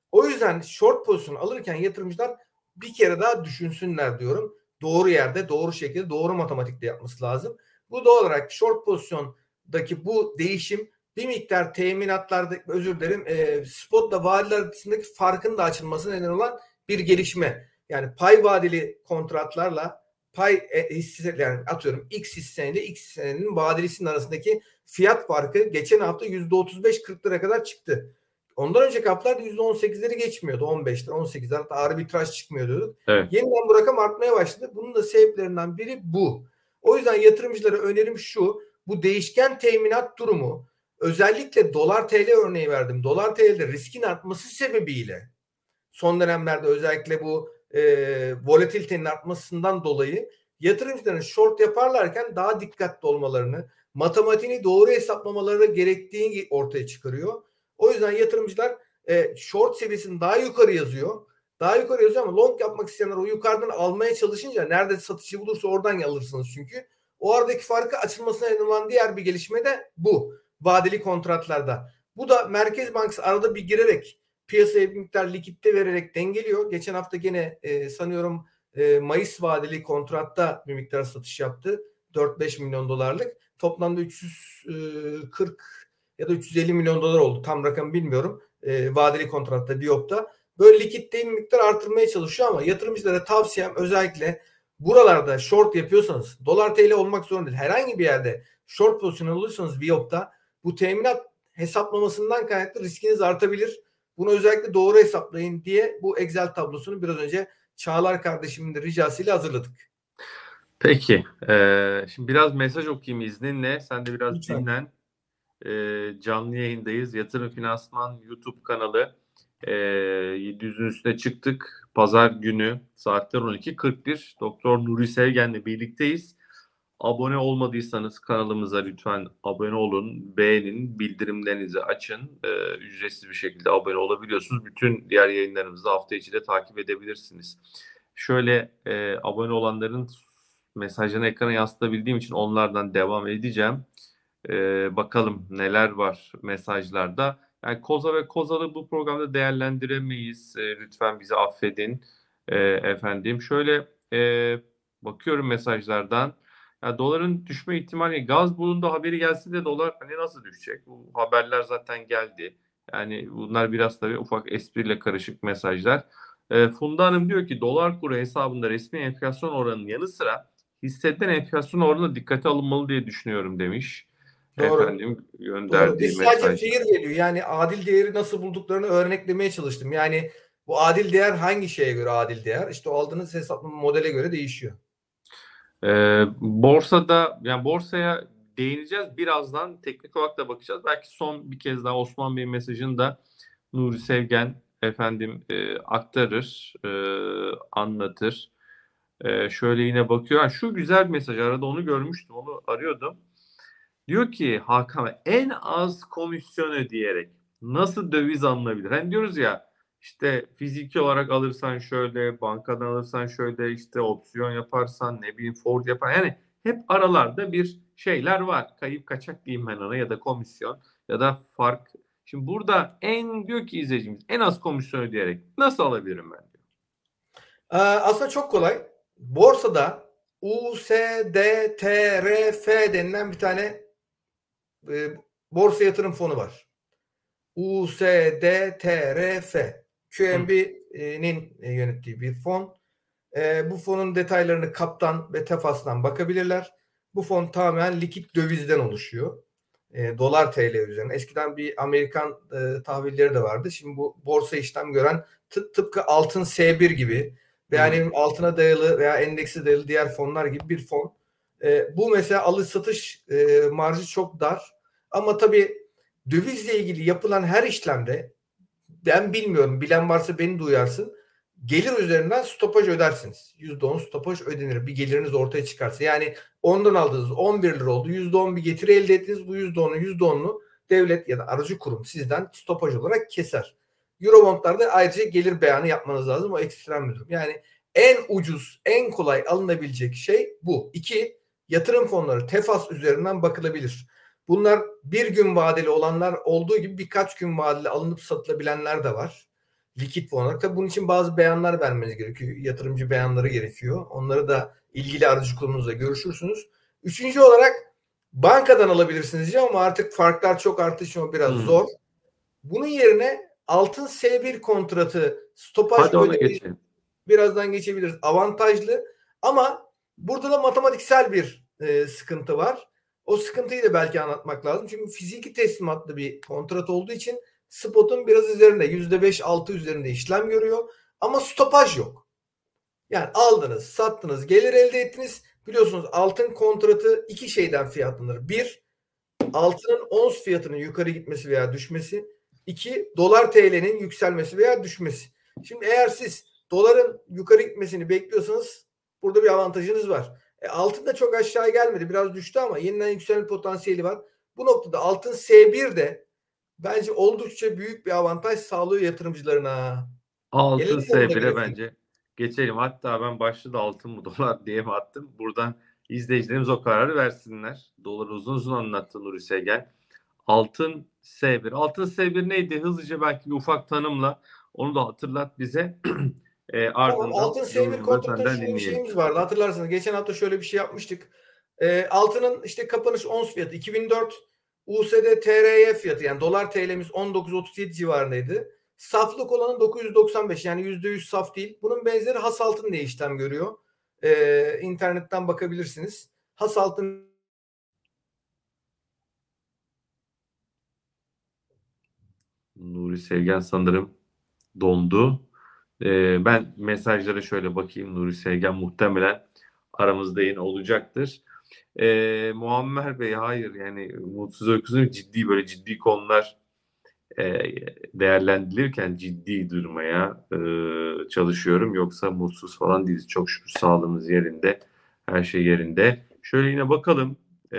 O yüzden short pozisyon alırken yatırımcılar bir kere daha düşünsünler diyorum. Doğru yerde, doğru şekilde, doğru matematikle yapması lazım. Bu doğal olarak short pozisyondaki bu değişim bir miktar teminatlarda, özür dilerim, e, spotla vadeler arasındaki farkın da açılmasına neden olan bir gelişme. Yani pay vadeli kontratlarla pay e, hisse, yani atıyorum X hisseyle X hissenin vadelisinin arasındaki fiyat farkı geçen hafta yüzde otuz beş kırklara kadar çıktı. Ondan önceki haftalarda yüzde on sekizleri geçmiyordu. on beşler, on sekizler, hatta arbitraj çıkmıyor diyorduk. Evet. Yeniden bu rakam artmaya başladı. Bunun da sebeplerinden biri bu. O yüzden yatırımcılara önerim şu: bu değişken teminat durumu, özellikle dolar T L örneği verdim. Dolar T L'de riskin artması sebebiyle son dönemlerde özellikle bu e, volatilitenin artmasından dolayı yatırımcıların short yaparlarken daha dikkatli olmalarını, matematiğini doğru hesaplamaları gerektiğini ortaya çıkarıyor. O yüzden yatırımcılar e, short seviyesini daha yukarı yazıyor. Daha yukarı yazıyor ama long yapmak isteyenler o yukarıdan almaya çalışınca nerede satışı bulursa oradan alırsınız çünkü. O aradaki farkı açılmasına neden olan diğer bir gelişme de bu. Vadeli kontratlarda. Bu da Merkez Bankası arada bir girerek piyasaya bir miktar likitte vererek dengeliyor. Geçen hafta gene e, sanıyorum e, Mayıs vadeli kontratta bir miktar satış yaptı. dört beş milyon dolarlık. Toplamda üç yüz kırk ya da üç yüz elli milyon dolar oldu. Tam rakam bilmiyorum. E, vadeli kontratta, Biyop'ta. Böyle likitteyi bir miktar artırmaya çalışıyor ama yatırımcılara tavsiyem özellikle buralarda short yapıyorsanız, dolar T L olmak zorunda değil, herhangi bir yerde short pozisyon alırsanız Biyop'ta bu teminat hesaplamasından kaynaklı riskiniz artabilir. Bunu özellikle doğru hesaplayın diye bu Excel tablosunu biraz önce Çağlar kardeşimin de ricasıyla hazırladık. Peki. Ee, şimdi biraz mesaj okuyayım izninle. Sen de biraz Lütfen. dinlen. Ee, canlı yayındayız. Yatırım Finansman YouTube kanalı. Ee, yedi yüzün üstüne çıktık. Pazar günü saatler on iki kırk bir. Doktor Nuri Sevgen'le birlikteyiz. Abone olmadıysanız kanalımıza lütfen abone olun, beğenin, bildirimlerinizi açın. Ee, ücretsiz bir şekilde abone olabiliyorsunuz. Bütün diğer yayınlarımızı hafta içi de takip edebilirsiniz. Şöyle e, abone olanların mesajlarını ekrana yansıtabildiğim için onlardan devam edeceğim. Ee, bakalım neler var mesajlarda. Yani Koza ve Kozal'ı bu programda değerlendiremeyiz. Ee, lütfen bizi affedin. Ee, efendim şöyle e, bakıyorum mesajlardan. Yani doların düşme ihtimali, gaz bulundu haberi gelse de dolar hani nasıl düşecek? Bu haberler zaten geldi. Yani bunlar biraz tabii ufak espriyle karışık mesajlar. E, Funda Hanım diyor ki dolar kuru hesabında resmi enflasyon oranının yanı sıra hissedilen enflasyon oranı dikkate alınmalı diye düşünüyorum demiş. Doğru. Efendim Doğru. gönderdiği Biz sadece mesaj. fair value, yani adil değeri nasıl bulduklarını örneklemeye çalıştım. Yani bu adil değer hangi şeye göre adil değer? İşte o aldığınız hesaplama modele göre değişiyor. Ee, borsada, yani borsaya değineceğiz. Birazdan teknik olarak da bakacağız. Belki son bir kez daha Osman Bey'in mesajını da Nuri Sevgen efendim e, aktarır, e, anlatır. E, şöyle yine bakıyor. Ha, şu güzel bir mesaj, arada onu görmüştüm, onu arıyordum. Diyor ki Hakan, en az komisyon ödeyerek nasıl döviz alınabilir? Hani diyoruz ya, işte fiziki olarak alırsan şöyle, bankadan alırsan şöyle, işte opsiyon yaparsan, ne bileyim forward yapar. Yani hep aralarda bir şeyler var. Kayıp kaçak diyeyim ben ona, ya da komisyon ya da fark. Şimdi burada en diyor ki izleyicimiz, en az komisyon ödeyerek nasıl alabilirim ben diyor. Ee, aslında çok kolay. Borsada U S D T R F denilen bir tane e, borsa yatırım fonu var. U S D T R F Q N B'nin yönettiği bir fon. E, bu fonun detaylarını Kaptan ve Tefas'tan bakabilirler. Bu fon tamamen likit dövizden oluşuyor. E, dolar T L üzerine. Eskiden bir Amerikan e, tahvilleri de vardı. Şimdi bu borsa işlem gören tıp, tıpkı altın S bir gibi veya yani altına dayalı veya endeksi dayalı diğer fonlar gibi bir fon. E, bu mesela alış satış e, marjı çok dar. Ama tabii dövizle ilgili yapılan her işlemde, ben bilmiyorum, bilen varsa beni duyarsın, gelir üzerinden stopaj ödersiniz. yüzde on stopaj ödenir bir geliriniz ortaya çıkarsa. Yani ondan aldığınız on bir lira oldu. yüzde on bir getiri elde ettiniz. Bu yüzde onu yüzde onunu devlet ya da aracı kurum sizden stopaj olarak keser. Eurobondlarda ayrıca gelir beyanı yapmanız lazım. O ekstrem bir durum. Yani en ucuz, en kolay alınabilecek şey bu. İki, yatırım fonları Tefas üzerinden bakılabilir. Bunlar bir gün vadeli olanlar olduğu gibi birkaç gün vadeli alınıp satılabilenler de var. likit olarak. Tabii bunun için bazı beyanlar vermeniz gerekiyor. Yatırımcı beyanları gerekiyor. Onları da ilgili aracı kurumunuzla görüşürsünüz. Üçüncü olarak bankadan alabilirsiniz ya, ama artık farklar çok arttığı için o biraz hmm. zor. Bunun yerine altın S bir kontratı stopaj ödemeyi birazdan geçebiliriz. Avantajlı ama burada da matematiksel bir e, sıkıntı var. O sıkıntıyı da belki anlatmak lazım. Çünkü fiziki teslimatlı bir kontrat olduğu için spotun biraz üzerinde, yüzde beş altı üzerinde işlem görüyor. Ama stopaj yok. Yani aldınız, sattınız, gelir elde ettiniz. Biliyorsunuz altın kontratı iki şeyden fiyatlanır. Bir, altının ons fiyatının yukarı gitmesi veya düşmesi. İki, dolar T L'nin yükselmesi veya düşmesi. Şimdi eğer siz doların yukarı gitmesini bekliyorsanız burada bir avantajınız var. E, altın da çok aşağı gelmedi. Biraz düştü ama yeniden yükselme potansiyeli var. Bu noktada altın S bir de bence oldukça büyük bir avantaj sağlıyor yatırımcılarına. Altın S bir'e bence geçelim. Hatta ben başta da altın mı dolar diye mi attım. Buradan izleyicilerimiz o kararı versinler. Doları uzun uzun anlattı Nuri Sevgen. Altın S bir. Altın S bir neydi? Hızlıca belki bir ufak tanımla onu da hatırlat bize. e, ardından tamam, altın S bir kontratında şöyle bir şeyimiz vardı. Hatırlarsınız. Geçen hafta şöyle bir şey yapmıştık. E, altının işte kapanış ons fiyatı iki bin dört, U S D T R Y fiyatı yani dolar T L'miz on dokuz otuz yedi civarındaydı. Saflık olanı dokuz yüz doksan beş, yani yüzde yüz saf değil. Bunun benzeri has altın diye işlem görüyor. E, internetten bakabilirsiniz. Has altın Nuri Sevgen sanırım dondu. Ee, ben mesajlara şöyle bakayım. Nuri Sevgen muhtemelen aramızda yine olacaktır. Ee, Muammer Bey hayır yani mutsuz uykusuz ciddi böyle ciddi konular e, değerlendirilirken ciddi durmaya e, çalışıyorum. Yoksa mutsuz falan değiliz. Çok şükür sağlığımız yerinde. Her şey yerinde. Şöyle yine bakalım e,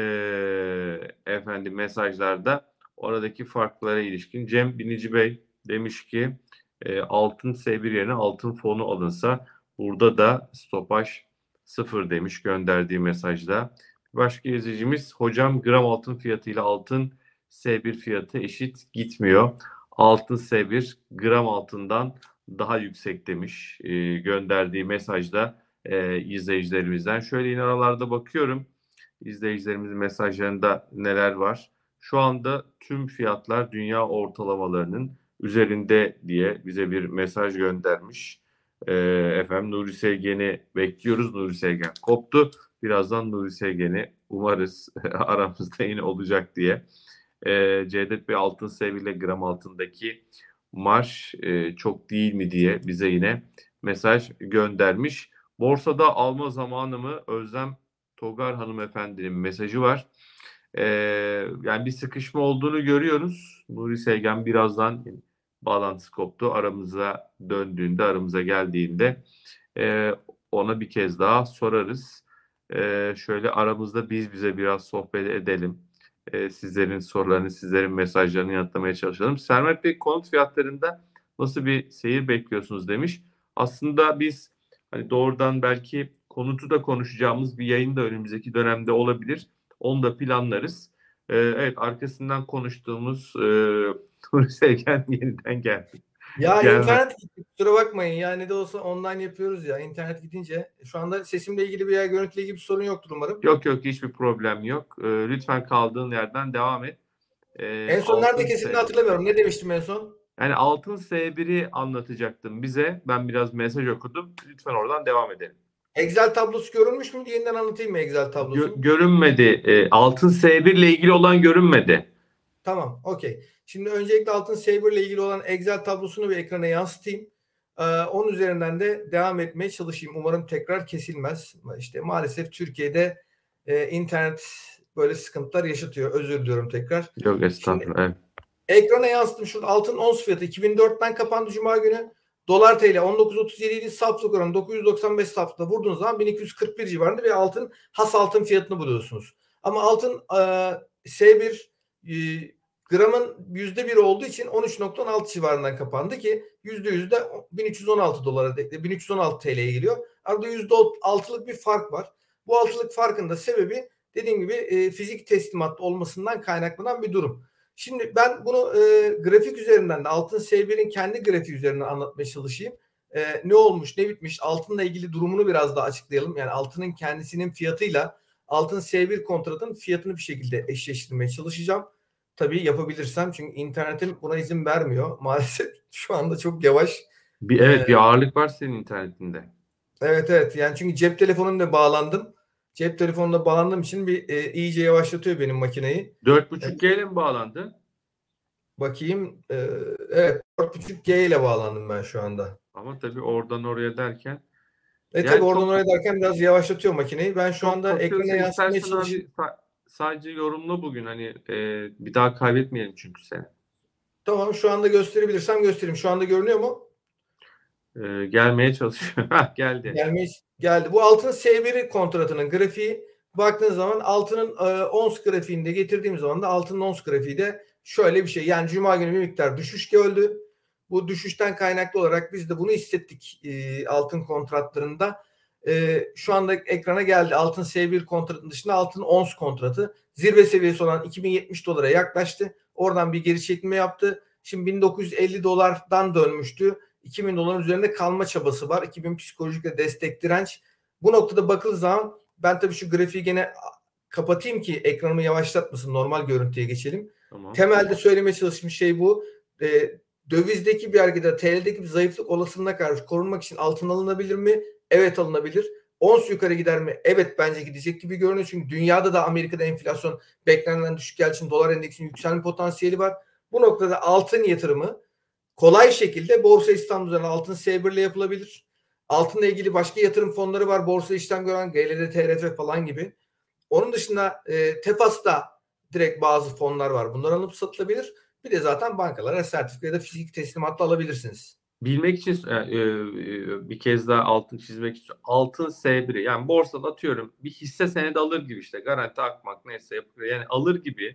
efendim mesajlarda oradaki farklara ilişkin. Cem Binici Bey demiş ki e, altın S bir yerine altın fonu alınsa burada da stopaj sıfır demiş gönderdiği mesajda. Başka izleyicimiz hocam gram altın fiyatıyla altın S bir fiyatı eşit gitmiyor. Altın S bir gram altından daha yüksek demiş e, gönderdiği mesajda e, izleyicilerimizden. Şöyle yine aralarda bakıyorum izleyicilerimizin mesajlarında neler var. Şu anda tüm fiyatlar dünya ortalamalarının üzerinde diye bize bir mesaj göndermiş. E, efendim Nuri Sevgen'i bekliyoruz. Nuri Sevgen koptu. Birazdan Nuri Sevgen'i umarız aramızda yine olacak diye. E, Cevdet Bey altın S bir ile gram altındaki marş e, çok değil mi diye bize yine mesaj göndermiş. Borsada alma zamanı mı? Özlem Togar hanımefendinin mesajı var. E, yani bir sıkışma olduğunu görüyoruz. Nuri Sevgen birazdan bağlantısı koptu. Aramıza döndüğünde, aramıza geldiğinde e, ona bir kez daha sorarız. E, şöyle aramızda biz bize biraz sohbet edelim. E, sizlerin sorularını, sizlerin mesajlarını yanıtlamaya çalışalım. Sermet Bey konut fiyatlarında nasıl bir seyir bekliyorsunuz demiş. Aslında biz hani doğrudan belki konutu da konuşacağımız bir yayın da önümüzdeki dönemde olabilir. Onu da planlarız. E, evet arkasından konuştuğumuz e, Nuri Sevgen yeniden geldi. Ya Gelmez. internet gitti. Kusura bakmayın. Yani de olsa online yapıyoruz ya. İnternet gidince. Şu anda sesimle ilgili veya görüntüyle ilgili bir sorun yoktur umarım. Yok yok hiçbir problem yok. Ee, lütfen kaldığın yerden devam et. Ee, en son nerede kesildiğini hatırlamıyorum. Ne demiştim en son? Yani altın S bir'i anlatacaktım bize. Ben biraz mesaj okudum. Lütfen oradan devam edelim. Excel tablosu görünmüş mü? Yeniden anlatayım mı Excel tablosu? Gö- görünmedi. Ee, altın S bir ile ilgili olan görünmedi. Tamam, okey. Şimdi öncelikle altın S bir ile ilgili olan Excel tablosunu bir ekrana yansıtayım. Ee, onun üzerinden de devam etmeye çalışayım. Umarım tekrar kesilmez. İşte maalesef Türkiye'de e, internet böyle sıkıntılar yaşatıyor. Özür diliyorum tekrar. Yok estağfurullah. Evet. Ekrana yansıttım. Şurada altın ons fiyatı iki bin dörtten kapandı Cuma günü. Dolar T L on dokuz otuz yedi idi. Saflık oranı dokuz yüz doksan beş saflıkla vurduğunuz zaman bin iki yüz kırk bir civarında bir altın has altın fiyatını buluyorsunuz. Ama altın e, S bir e, gramın yüzde bir olduğu için on üç nokta on altı civarından kapandı ki yüzde yüz de bin üç yüz on altı dolara bin üç yüz on altı T L'ye geliyor. Arada yüzde altılık bir fark var. Bu altılık farkın da sebebi dediğim gibi e, fizik teslimat olmasından kaynaklanan bir durum. Şimdi ben bunu e, grafik üzerinden de altın S bir'in kendi grafiği üzerinden anlatmaya çalışayım. E, ne olmuş, ne bitmiş, altınla ilgili durumunu biraz daha açıklayalım. Yani altının kendisinin fiyatıyla altın S bir kontratın fiyatını bir şekilde eşleştirmeye çalışacağım. Tabii yapabilirsem, çünkü internetim buna izin vermiyor. Maalesef şu anda çok yavaş. Bir, evet Ee, bir ağırlık var senin internetinde. Evet evet, yani çünkü cep telefonumla bağlandım. Cep telefonuna bağlandığım için bir e, iyice yavaşlatıyor benim makineyi. dört buçuk G ile mi bağlandı? Bakayım. E, evet, dört buçuk G ile bağlandım ben şu anda. Ama tabii oradan oraya derken. E Yani tabii oradan çok, oraya derken biraz yavaşlatıyor makineyi. Ben şu çok anda ekrana kasıyorsa yansıtmaya istersen çalışayım. abi sa- sadece yorumla bugün hani e, bir daha kaybetmeyelim çünkü seni. Tamam, şu anda gösterebilirsem göstereyim. Şu anda görünüyor mu? E, gelmeye çalışıyor. Geldi. Gelmeye geldi. Bu altın S bir kontratının grafiği, baktığınız zaman altının e, ons grafiğinde getirdiğim zaman da altının ons grafiği de şöyle bir şey. Yani Cuma günü bir miktar düşüş gördü. Bu düşüşten kaynaklı olarak biz de bunu hissettik e, altın kontratlarında. E, şu anda ekrana geldi. Altın S bir kontratının dışında altın ons kontratı zirve seviyesi olan iki bin yetmiş dolara yaklaştı. Oradan bir geri çekilme yaptı. Şimdi bin dokuz yüz elli dolardan dönmüştü. iki bin doların üzerinde kalma çabası var. iki bin psikolojik de destek, direnç. Bu noktada bakıldığı zaman ben tabii şu grafiği gene kapatayım ki ekranımı yavaşlatmasın. Normal görüntüye geçelim. Tamam. Temelde söylemeye çalıştığım şey bu. E, dövizdeki bir harekete, T L'deki bir zayıflık olasılığına karşı korunmak için altın alınabilir mi? Evet, alınabilir. Ons yukarı gider mi? Evet, bence gidecek gibi görünüyor. Çünkü dünyada da Amerika'da enflasyon beklenenden düşük geldiği için dolar endeksinin yükselme potansiyeli var. Bu noktada altın yatırımı kolay şekilde Borsa İstanbul üzerinden altın S bir ile yapılabilir. Altınla ilgili başka yatırım fonları var. Borsa işlem gören G L D, T R F falan gibi. Onun dışında e, Tefas'ta direkt bazı fonlar var. Bunlar alıp satılabilir. Bir de zaten bankalara sertifika ya da fizik teslimatla alabilirsiniz. Bilmek için e, e, bir kez daha altın çizmek için altın S bir'i yani borsada atıyorum bir hisse senedi alır gibi işte Garanti Akbank neyse yapıyor yani alır gibi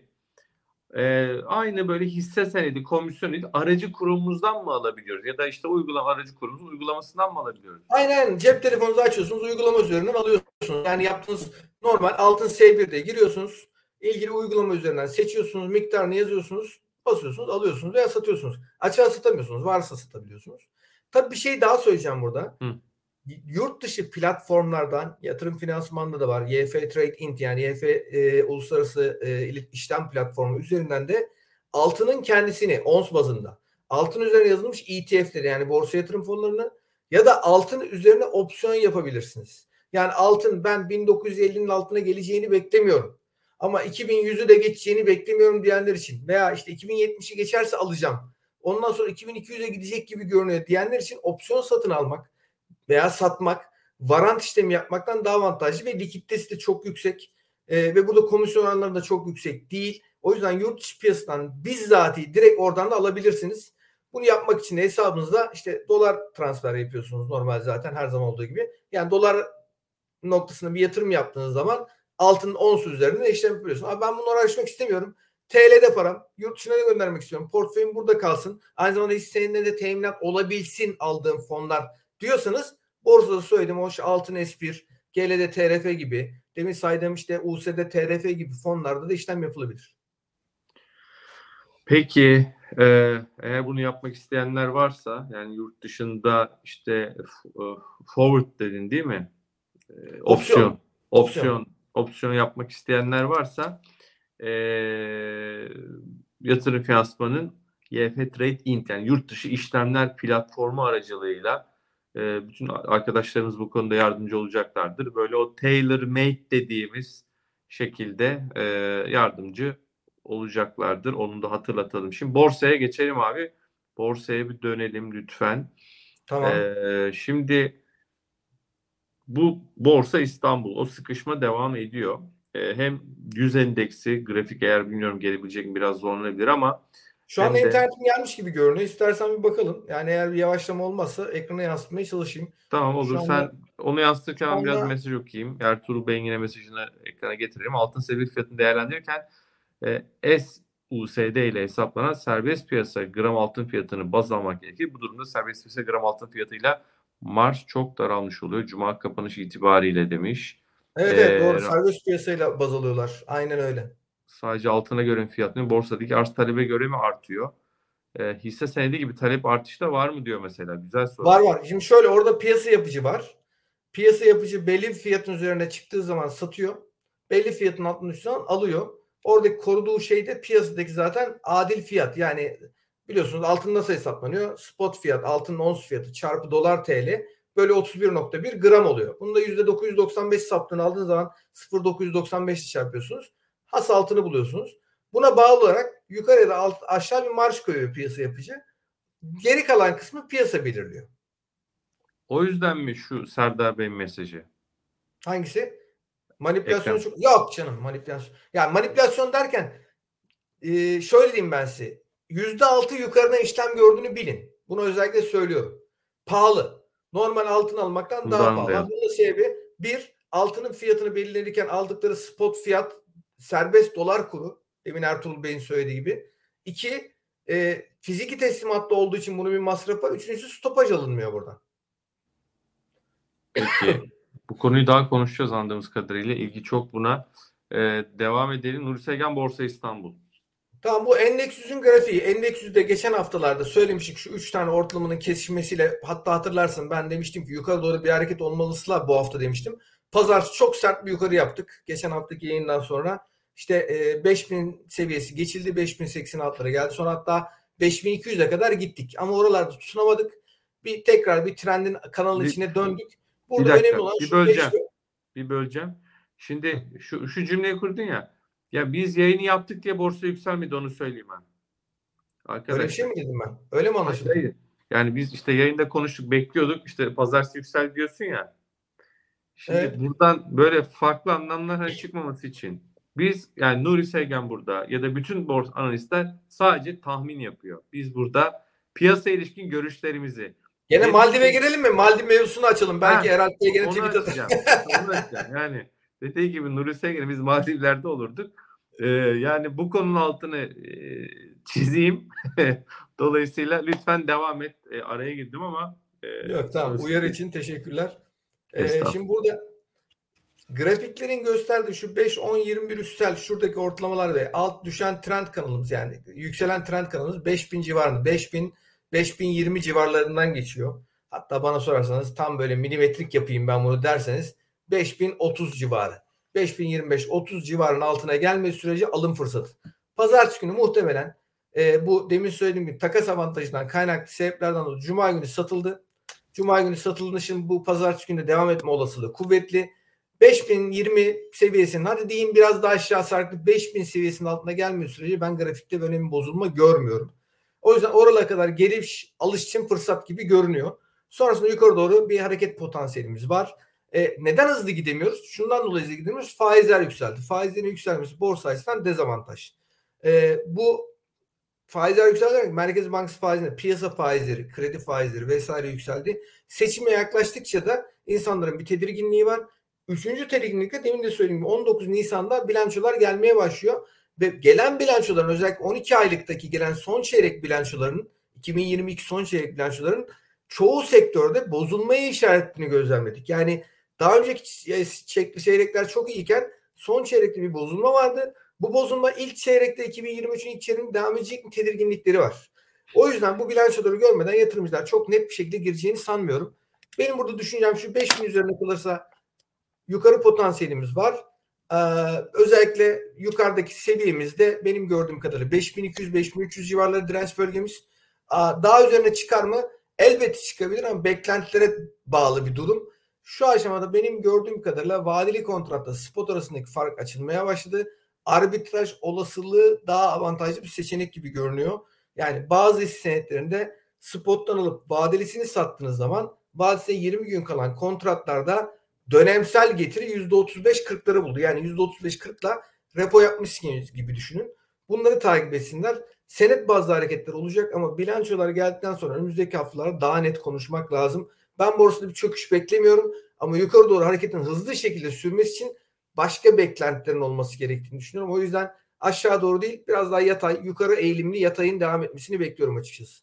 e, aynı böyle hisse senedi komisyon aracı kurumumuzdan mı alabiliyoruz ya da işte uygulama aracı kurumumuzun uygulamasından mı alabiliyoruz? Aynen, cep telefonunuzu açıyorsunuz, uygulama üzerinden alıyorsunuz. Yani yaptığınız normal altın S bir'de giriyorsunuz, ilgili uygulama üzerinden seçiyorsunuz, miktarını yazıyorsunuz, basıyorsunuz, alıyorsunuz veya satıyorsunuz. Açığa satamıyorsunuz, varsa satabiliyorsunuz. Tabii bir şey daha söyleyeceğim burada. Hı. Yurt dışı platformlardan, yatırım finansmanında da var. Y F Trade Int, yani Y F e, uluslararası e, işlem platformu üzerinden de altının kendisini ons bazında, altın üzerine yazılmış E T F'leri, yani borsa yatırım fonlarını ya da altın üzerine opsiyon yapabilirsiniz. Yani altın, ben bin dokuz yüz ellinin altına geleceğini beklemiyorum. Ama iki bin yüzü de geçeceğini beklemiyorum diyenler için, veya işte iki bin yetmişi geçerse alacağım, ondan sonra iki bin iki yüze gidecek gibi görünüyor diyenler için opsiyon satın almak veya satmak, varant işlemi yapmaktan daha avantajlı ve likiditesi de çok yüksek. Ee, ve burada komisyon oranları da çok yüksek değil. O yüzden yurt dışı piyasadan bizzati direkt oradan da alabilirsiniz. Bunu yapmak için de hesabınızda işte dolar transfer yapıyorsunuz normal, zaten her zaman olduğu gibi. Yani dolar noktasına bir yatırım yaptığınız zaman altın ons üzerinde işlem yapıyorsunuz. Abi ben bunu araştırmak istemiyorum. T L'de param, yurt dışına da göndermek istiyorum. Portföyüm burada kalsın. Aynı zamanda hisselerinde de teminat olabilsin aldığım fonlar diyorsanız, borsada söylediğim o altın S bir, G L D, T R F gibi, demin saydığım işte U S D, T R F gibi fonlarda da işlem yapılabilir. Peki e, eğer bunu yapmak isteyenler varsa yani yurt dışında işte forward dedin değil mi? E, opsiyon. Opsiyon. Opsiyon. Opsiyon yapmak isteyenler varsa e, yatırım finansmanın Y F Trade Int yani yurt dışı işlemler platformu aracılığıyla e, bütün arkadaşlarımız bu konuda yardımcı olacaklardır. Böyle o tailor made dediğimiz şekilde e, yardımcı olacaklardır. Onu da hatırlatalım. Şimdi borsaya geçelim abi. Borsaya bir dönelim lütfen. Tamam. Ee, şimdi bu Borsa İstanbul. O sıkışma devam ediyor. Ee, hem yüz endeksi grafik eğer bilmiyorum gelebilecek mi biraz zorlanabilir ama şu anda de... internetim gelmiş gibi görünüyor. İstersen bir bakalım. Yani eğer bir yavaşlama olmazsa ekrana yansıtmaya çalışayım. Tamam olur. Sen anda, onu yansıtırken anda... biraz mesaj okuyayım. Ertuğrul Bey'in yine mesajını ekrana getirelim. Altın seviye fiyatını değerlendirirken e, S U S D ile hesaplanan serbest piyasa gram altın fiyatını baz almak gerekir. Bu durumda serbest piyasa gram altın fiyatıyla marj çok daralmış oluyor. Cuma kapanış itibariyle demiş. Evet, ee, evet doğru. Serbest piyasayla baz alıyorlar. Aynen öyle. sadece altına göre mi fiyatlanıyor? Borsadaki arz talebe göre mi artıyor? E, hisse senedi gibi talep artışı da var mı diyor mesela. Güzel soru. Var var. Şimdi şöyle, orada piyasa yapıcı var. Piyasa yapıcı belli bir fiyatın üzerine çıktığı zaman satıyor. Belli fiyatın altına düştüğü zaman alıyor. Oradaki koruduğu şey de piyasadaki zaten adil fiyat. Yani biliyorsunuz altın nasıl hesaplanıyor? Spot fiyat, altının ons fiyatı çarpı dolar T L böyle otuz bir nokta bir gram oluyor. Bunu da yüzde dokuz yüz doksan beş saptığını aldığınız zaman sıfır virgül dokuz yüz doksan beş çarpıyorsunuz. Has altını buluyorsunuz. Buna bağlı olarak yukarı ya da alt, aşağı bir marj koyuyor piyasa yapıcı. Geri kalan kısmı piyasa belirliyor. O yüzden mi şu Serdar Bey'in mesajı? Hangisi? Manipülasyon Ekrem. çok... Yok canım, manipülasyon. Yani manipülasyon derken e, şöyle diyeyim ben size. yüzde altı yukarıdan işlem gördüğünü bilin. Bunu özellikle söylüyorum. Pahalı. Normal altın almaktan daha Bundan pahalı. da- Bunun sebebi bir, altının fiyatını belirlenirken aldıkları spot fiyat serbest dolar kuru. Demin Ertuğrul Bey'in söylediği gibi. İki, e, fiziki teslimatta olduğu için bunun bir masrafı var. Üçüncüsü stopaj alınmıyor buradan. Peki. Bu konuyu daha konuşacağız anladığımız kadarıyla. İlgi çok buna. Ee, devam edelim. Nuri Sevgen Borsa İstanbul. Tamam, bu endeks yüzün grafiği. Endeks yüzde geçen haftalarda söylemiştik, şu üç tane ortalamanın kesişmesiyle, hatta hatırlarsın ben demiştim ki yukarı doğru bir hareket olmalısılar bu hafta demiştim. Pazar çok sert bir yukarı yaptık. Geçen haftaki yayından sonra işte e, beş bin seviyesi geçildi. beş bin seksen altılara geldi. Sonra hatta beş bin iki yüze kadar gittik. Ama oralarda tutunamadık. Bir tekrar bir trendin kanalın Bir- içine döndük. Bir Burada dakika, önemli olan bir şu böleceğim. beş- Bir böleceğim. Şimdi şu şu cümleyi kurdun ya. Ya biz yayını yaptık diye borsa yükselmedi, onu söyleyeyim ben. Arkadaşlar. Öyle bir şey mi dedim ben? Öyle mi anlaşıldı? Hayır. Yani biz işte yayında konuştuk, bekliyorduk. İşte pazartesi yüksel diyorsun ya. Şimdi Evet. buradan böyle farklı anlamlar hani çıkmaması için biz, yani Nuri Sevgen burada ya da bütün borsa analistler sadece tahmin yapıyor. Biz burada piyasa ilişkin görüşlerimizi, Gene Benim- Maldiv'e girelim mi? Maldiv mevzusunu açalım. Belki Ha, Eral Bey gene onu Twitter'da. açacağım. Onu açacağım. Yani dediği gibi Nuri Sevgen'e biz Maldivler'de olurduk. Ee, yani bu konunun altını e, çizeyim. Dolayısıyla lütfen devam et. E, araya girdim ama e, Yok tamam, sonrası uyarı değil. için teşekkürler. Ee, Estağfurullah. şimdi burada grafiklerin gösterdiği şu beş, on, yirmi bir üstel şuradaki ortalamalar ve alt düşen trend kanalımız, yani yükselen trend kanalımız beş bin civarında. beş bin, beş bin yirmi civarlarından geçiyor. Hatta bana sorarsanız tam böyle milimetrik yapayım ben bunu derseniz beş bin otuz civarı. beş bin yirmi beş otuz civarının altına gelmesi sürece alım fırsatı. Pazartesi günü muhtemelen e, bu demin söylediğim gibi takas avantajından kaynaklı sebeplerden dolayı Cuma günü satıldı. Cuma günü satıldığında şimdi bu pazartesi günü devam etme olasılığı kuvvetli. beş bin yirmi seviyesinin, hadi diyeyim biraz daha aşağı sarkıp beş bin seviyesinin altına gelmiyor sürece ben grafikte önemli bozulma görmüyorum. O yüzden oralara kadar geliş alış için fırsat gibi görünüyor. Sonrasında yukarı doğru bir hareket potansiyelimiz var. E, neden hızlı gidemiyoruz? Şundan dolayı hızlı gidemiyoruz. Faizler yükseldi. Faizlerin yükselmesi borsa açısından dezavantaj. E, bu faizler yükseldi. Merkez Bankası faizleri, piyasa faizleri, kredi faizleri vesaire yükseldi. Seçime yaklaştıkça da insanların bir tedirginliği var. Üçüncü tedirginlikle demin de söylediğim gibi on dokuz Nisan'da bilançolar gelmeye başlıyor. Ve gelen bilançoların, özellikle on iki aylıktaki gelen son çeyrek bilançoların, iki bin yirmi iki son çeyrek bilançoların çoğu sektörde bozulmaya işaretini gözlemledik. Yani daha önceki çeyrekler çok iyiyken son çeyrekte bir bozulma vardı. Bu bozulma ilk çeyrekte iki bin yirmi üçün ilk çeyreğinin devam edecek mi tedirginlikleri var. O yüzden bu bilançoları görmeden yatırımcılar çok net bir şekilde gireceğini sanmıyorum. Benim burada düşüncem şu: beş bin üzerine kalırsa yukarı potansiyelimiz var. Ee, özellikle yukarıdaki seviyemizde benim gördüğüm kadarıyla beş bin iki yüz beş bin üç yüz civarları direnç bölgemiz. Ee, daha üzerine çıkar mı? Elbette çıkabilir ama beklentilere bağlı bir durum. Şu aşamada benim gördüğüm kadarıyla vadeli kontratla spot arasındaki fark açılmaya başladı. Arbitraj olasılığı daha avantajlı bir seçenek gibi görünüyor. Yani bazı hisse senetlerinde spottan alıp vadelisini sattığınız zaman vadesine yirmi gün kalan kontratlarda dönemsel getiri yüzde otuz beş kırkları buldu. Yani yüzde otuz beş kırkla repo yapmışsınız gibi düşünün. Bunları takip etsinler. Senet bazlı hareketler olacak ama bilançolar geldikten sonra önümüzdeki haftalarda daha net konuşmak lazım. Ben borsada bir çöküş beklemiyorum ama yukarı doğru hareketin hızlı şekilde sürmesi için başka beklentilerin olması gerektiğini düşünüyorum. O yüzden aşağı doğru değil, biraz daha yatay, yukarı eğilimli yatayın devam etmesini bekliyorum açıkçası.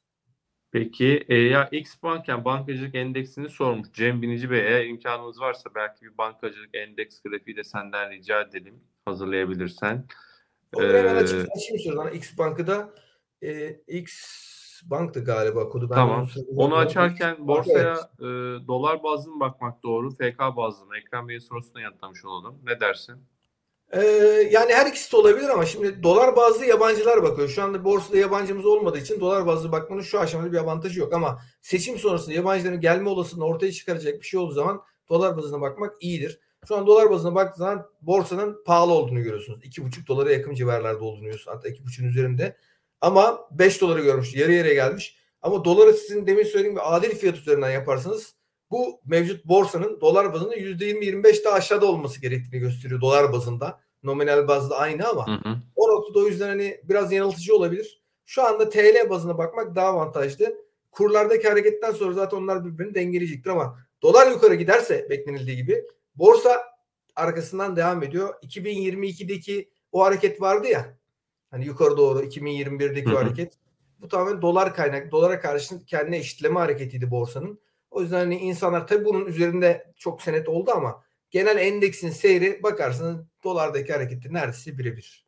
Peki e, ya Xbanken bankacılık endeksini sormuş Cem Binici Bey. Eğer imkanımız varsa belki bir bankacılık endeks grafiği de senden rica edelim, hazırlayabilirsen. Onu hemen açık, Ee, açayım istiyorsan. X Bank'ı da e, X Bank'tı galiba kodu. Ben tamam. onu Onu söyleyeyim. açarken Bak, evet. borsaya e, dolar bazlı mı bakmak doğru, F K bazlı mı? Ekrem Bey'in sorusuna yanıtlamış olalım. Ne dersin? Ee, yani her ikisi de olabilir ama şimdi dolar bazlı yabancılar bakıyor. Şu anda borsada yabancımız olmadığı için dolar bazlı bakmanın şu aşamada bir avantajı yok. Ama seçim sonrasında yabancıların gelme olasılığını ortaya çıkaracak bir şey olduğu zaman dolar bazına bakmak iyidir. Şu an dolar bazına baktığı zaman borsanın pahalı olduğunu görüyorsunuz. iki buçuk dolara yakın civarlarda olduğunu görüyorsunuz. Hatta iki buçuğun üzerinde. Ama beş doları görmüş. Yarı yarıya gelmiş. Ama doları sizin demin söylediğim gibi adil fiyat üzerinden yaparsanız bu mevcut borsanın dolar bazında yüzde yirmi yirmi beş daha aşağıda olması gerektiğini gösteriyor dolar bazında. Nominal bazda aynı ama Hı hı. o noktada o yüzden hani biraz yanıltıcı olabilir. Şu anda T L bazına bakmak daha avantajlı. Kurlardaki hareketten sonra zaten onlar birbirini dengeleyecektir ama dolar yukarı giderse beklenildiği gibi borsa arkasından devam ediyor. iki bin yirmi ikideki o hareket vardı ya, hani yukarı doğru iki bin yirmi birdeki Hı hı. o hareket. Bu tamamen dolar kaynak, dolara karşı kendine eşitleme hareketiydi borsanın. O yüzden hani insanlar tabii bunun üzerinde çok senet oldu ama genel endeksin seyri bakarsanız dolardaki hareketi neredeyse birebir.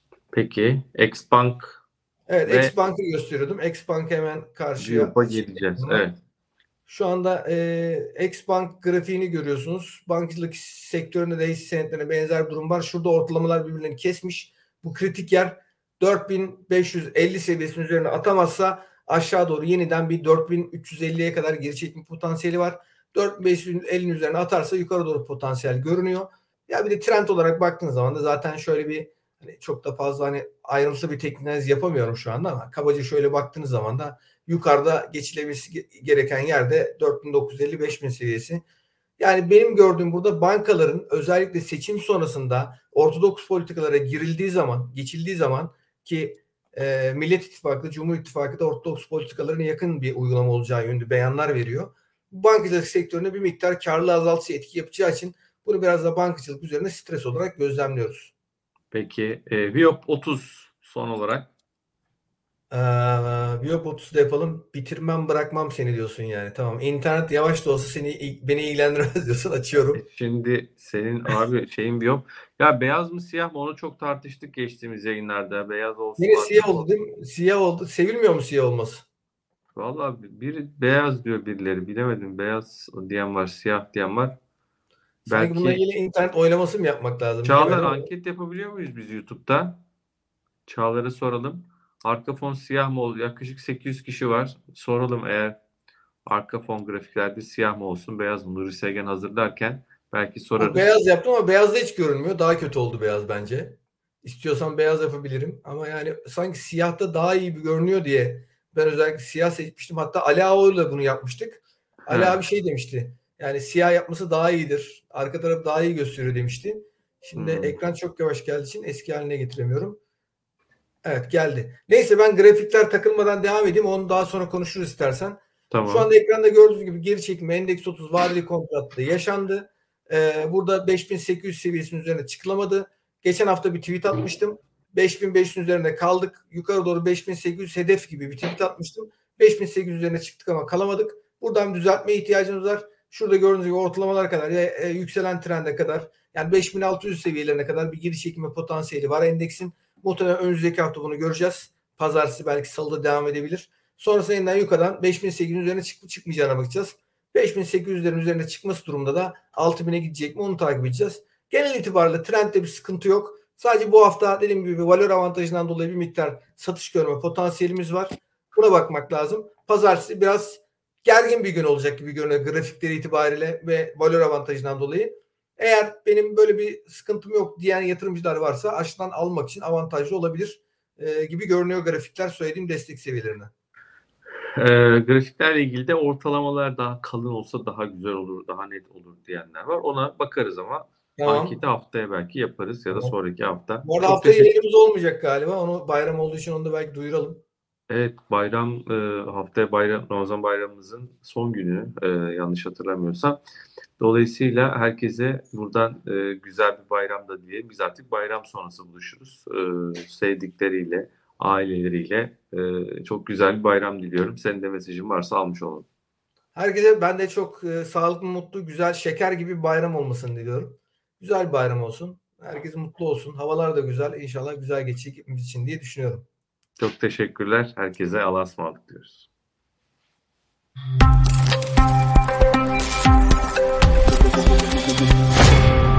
Peki Xbank Evet, ve X Bank'ı gösteriyordum. X Bank'ı hemen karşıya Viyop'a geleceğiz. Evet. Şu anda e, X Bank grafiğini görüyorsunuz. Bankacılık sektöründe de hisse senetlerine benzer bir durum var. Şurada ortalamalar birbirlerini kesmiş. Bu kritik yer dört bin beş yüz elli seviyesinin üzerine atamazsa aşağı doğru yeniden bir dört bin üç yüz elliye kadar geri çekme potansiyeli var. dört bin beş yüz ellinin üzerine atarsa yukarı doğru potansiyel görünüyor. Ya bir de trend olarak baktığınız zaman da zaten şöyle bir hani çok da fazla hani ayrıntılı bir teknik analiz yapamıyorum şu anda ama kabaca şöyle baktığınız zaman da yukarıda geçilebilmesi gereken yerde dört bin dokuz yüz elli beş bin seviyesi. Yani benim gördüğüm burada bankaların özellikle seçim sonrasında ortodoks politikalara girildiği zaman, geçildiği zaman ki e, Millet İttifakı, Cumhur İttifakı da ortodoks politikalarına yakın bir uygulama olacağı yönünde beyanlar veriyor. Bankacılık sektörüne bir miktar karlı azaltıcı etki yapacağı için bunu biraz da bankacılık üzerine stres olarak gözlemliyoruz. Peki e, Viyop otuz son olarak. Ee, Viyop otuzda yapalım. Bitirmem bırakmam seni diyorsun yani. Tamam. İnternet yavaş da olsa seni beni ilgilendirmez diyorsun. Açıyorum. E, Şimdi senin abi şeyin Viyop. Ya beyaz mı siyah mı onu çok tartıştık geçtiğimiz yayınlarda. Beyaz olsun. Yine siyah oldu değil mi? Siyah oldu. Sevilmiyor mu siyah olması? Vallahi biri beyaz diyor birileri. Bilemedim. Beyaz diyen var, siyah diyen var. Sanki bununla Belki ilgili internet oylaması mı yapmak lazım? Çağlar Bilemedim ama. anket yapabiliyor muyuz biz YouTube'da? Çağlar'a soralım. Arka fon siyah mı olur? Yaklaşık sekiz yüz kişi var. Soralım eğer arka fon grafiklerde siyah mı olsun, beyaz mı? Nuri Sevgen hazırlarken belki sorarız. Beyaz yaptım ama beyazda hiç görünmüyor. Daha kötü oldu beyaz bence. İstiyorsan beyaz yapabilirim. Ama yani sanki siyahta daha iyi bir görünüyor diye ben özellikle siyah seçmiştim. Hatta Ali Ağoğlu'yla bunu yapmıştık. Ali He. abi şey demişti. Yani siyah yapması daha iyidir. Arka taraf daha iyi gösteriyor demişti. Şimdi Hmm. ekran çok yavaş geldiği için eski haline getiremiyorum. Evet geldi. Neyse ben grafikler takılmadan devam edeyim. Onu daha sonra konuşuruz istersen. Tamam. Şu anda ekranda gördüğünüz gibi geri çekme endeks otuz vadeli kontratta yaşandı. Ee, burada beş bin sekiz yüz seviyesinin üzerine çıkılamadı. Geçen hafta bir tweet atmıştım. beş bin beş yüz üzerinde kaldık. Yukarı doğru beş bin sekiz yüz hedef gibi bir tweet atmıştım. beş bin sekiz yüz üzerine çıktık ama kalamadık. Buradan düzeltmeye ihtiyacımız var. Şurada gördüğünüz gibi ortalamalar kadar ya e, yükselen trende kadar yani beş bin altı yüz seviyelerine kadar bir geri çekme potansiyeli var endeksin. Muhtemelen önümüzdeki hafta bunu göreceğiz. Pazartesi belki salıda devam edebilir. Sonrasında yeniden yukarıdan beş bin sekiz yüz üzerine çıkıp çıkmayacağına bakacağız. beş bin sekiz yüzlerin üzerine çıkması durumda da altı bine gidecek mi onu takip edeceğiz. Genel itibariyle trendde bir sıkıntı yok. Sadece bu hafta dediğim gibi valör avantajından dolayı bir miktar satış görme potansiyelimiz var. Buna bakmak lazım. Pazartesi biraz gergin bir gün olacak gibi görünüyor grafikleri itibariyle ve valör avantajından dolayı. Eğer benim böyle bir sıkıntım yok diyen yatırımcılar varsa aşağıdan almak için avantajlı olabilir e, gibi görünüyor grafikler söylediğim destek seviyelerine. E, grafiklerle ilgili de ortalamalar daha kalın olsa daha güzel olur, daha net olur diyenler var. Ona bakarız ama Tamam. anketi haftaya belki yaparız ya da Tamam. sonraki hafta. Bu arada Çok haftaya teşekkür- yayınımız olmayacak galiba. Onu bayram olduğu için onu da belki duyuralım. Evet, bayram e, haftaya bayram Ramazan bayramımızın son günü e, yanlış hatırlamıyorsam. Dolayısıyla herkese buradan e, güzel bir bayram da diye biz artık bayram sonrası buluşuruz. E, sevdikleriyle, aileleriyle e, çok güzel bir bayram diliyorum. Senin de mesajın varsa almış olalım. Herkese ben de çok e, sağlıklı, mutlu, güzel, şeker gibi bir bayram olmasını diliyorum. Güzel bir bayram olsun. Herkes mutlu olsun. Havalar da güzel. İnşallah güzel geçecek hepimiz için diye düşünüyorum. Çok teşekkürler. Herkese Allah'a ısmarladık diyoruz. Thank you.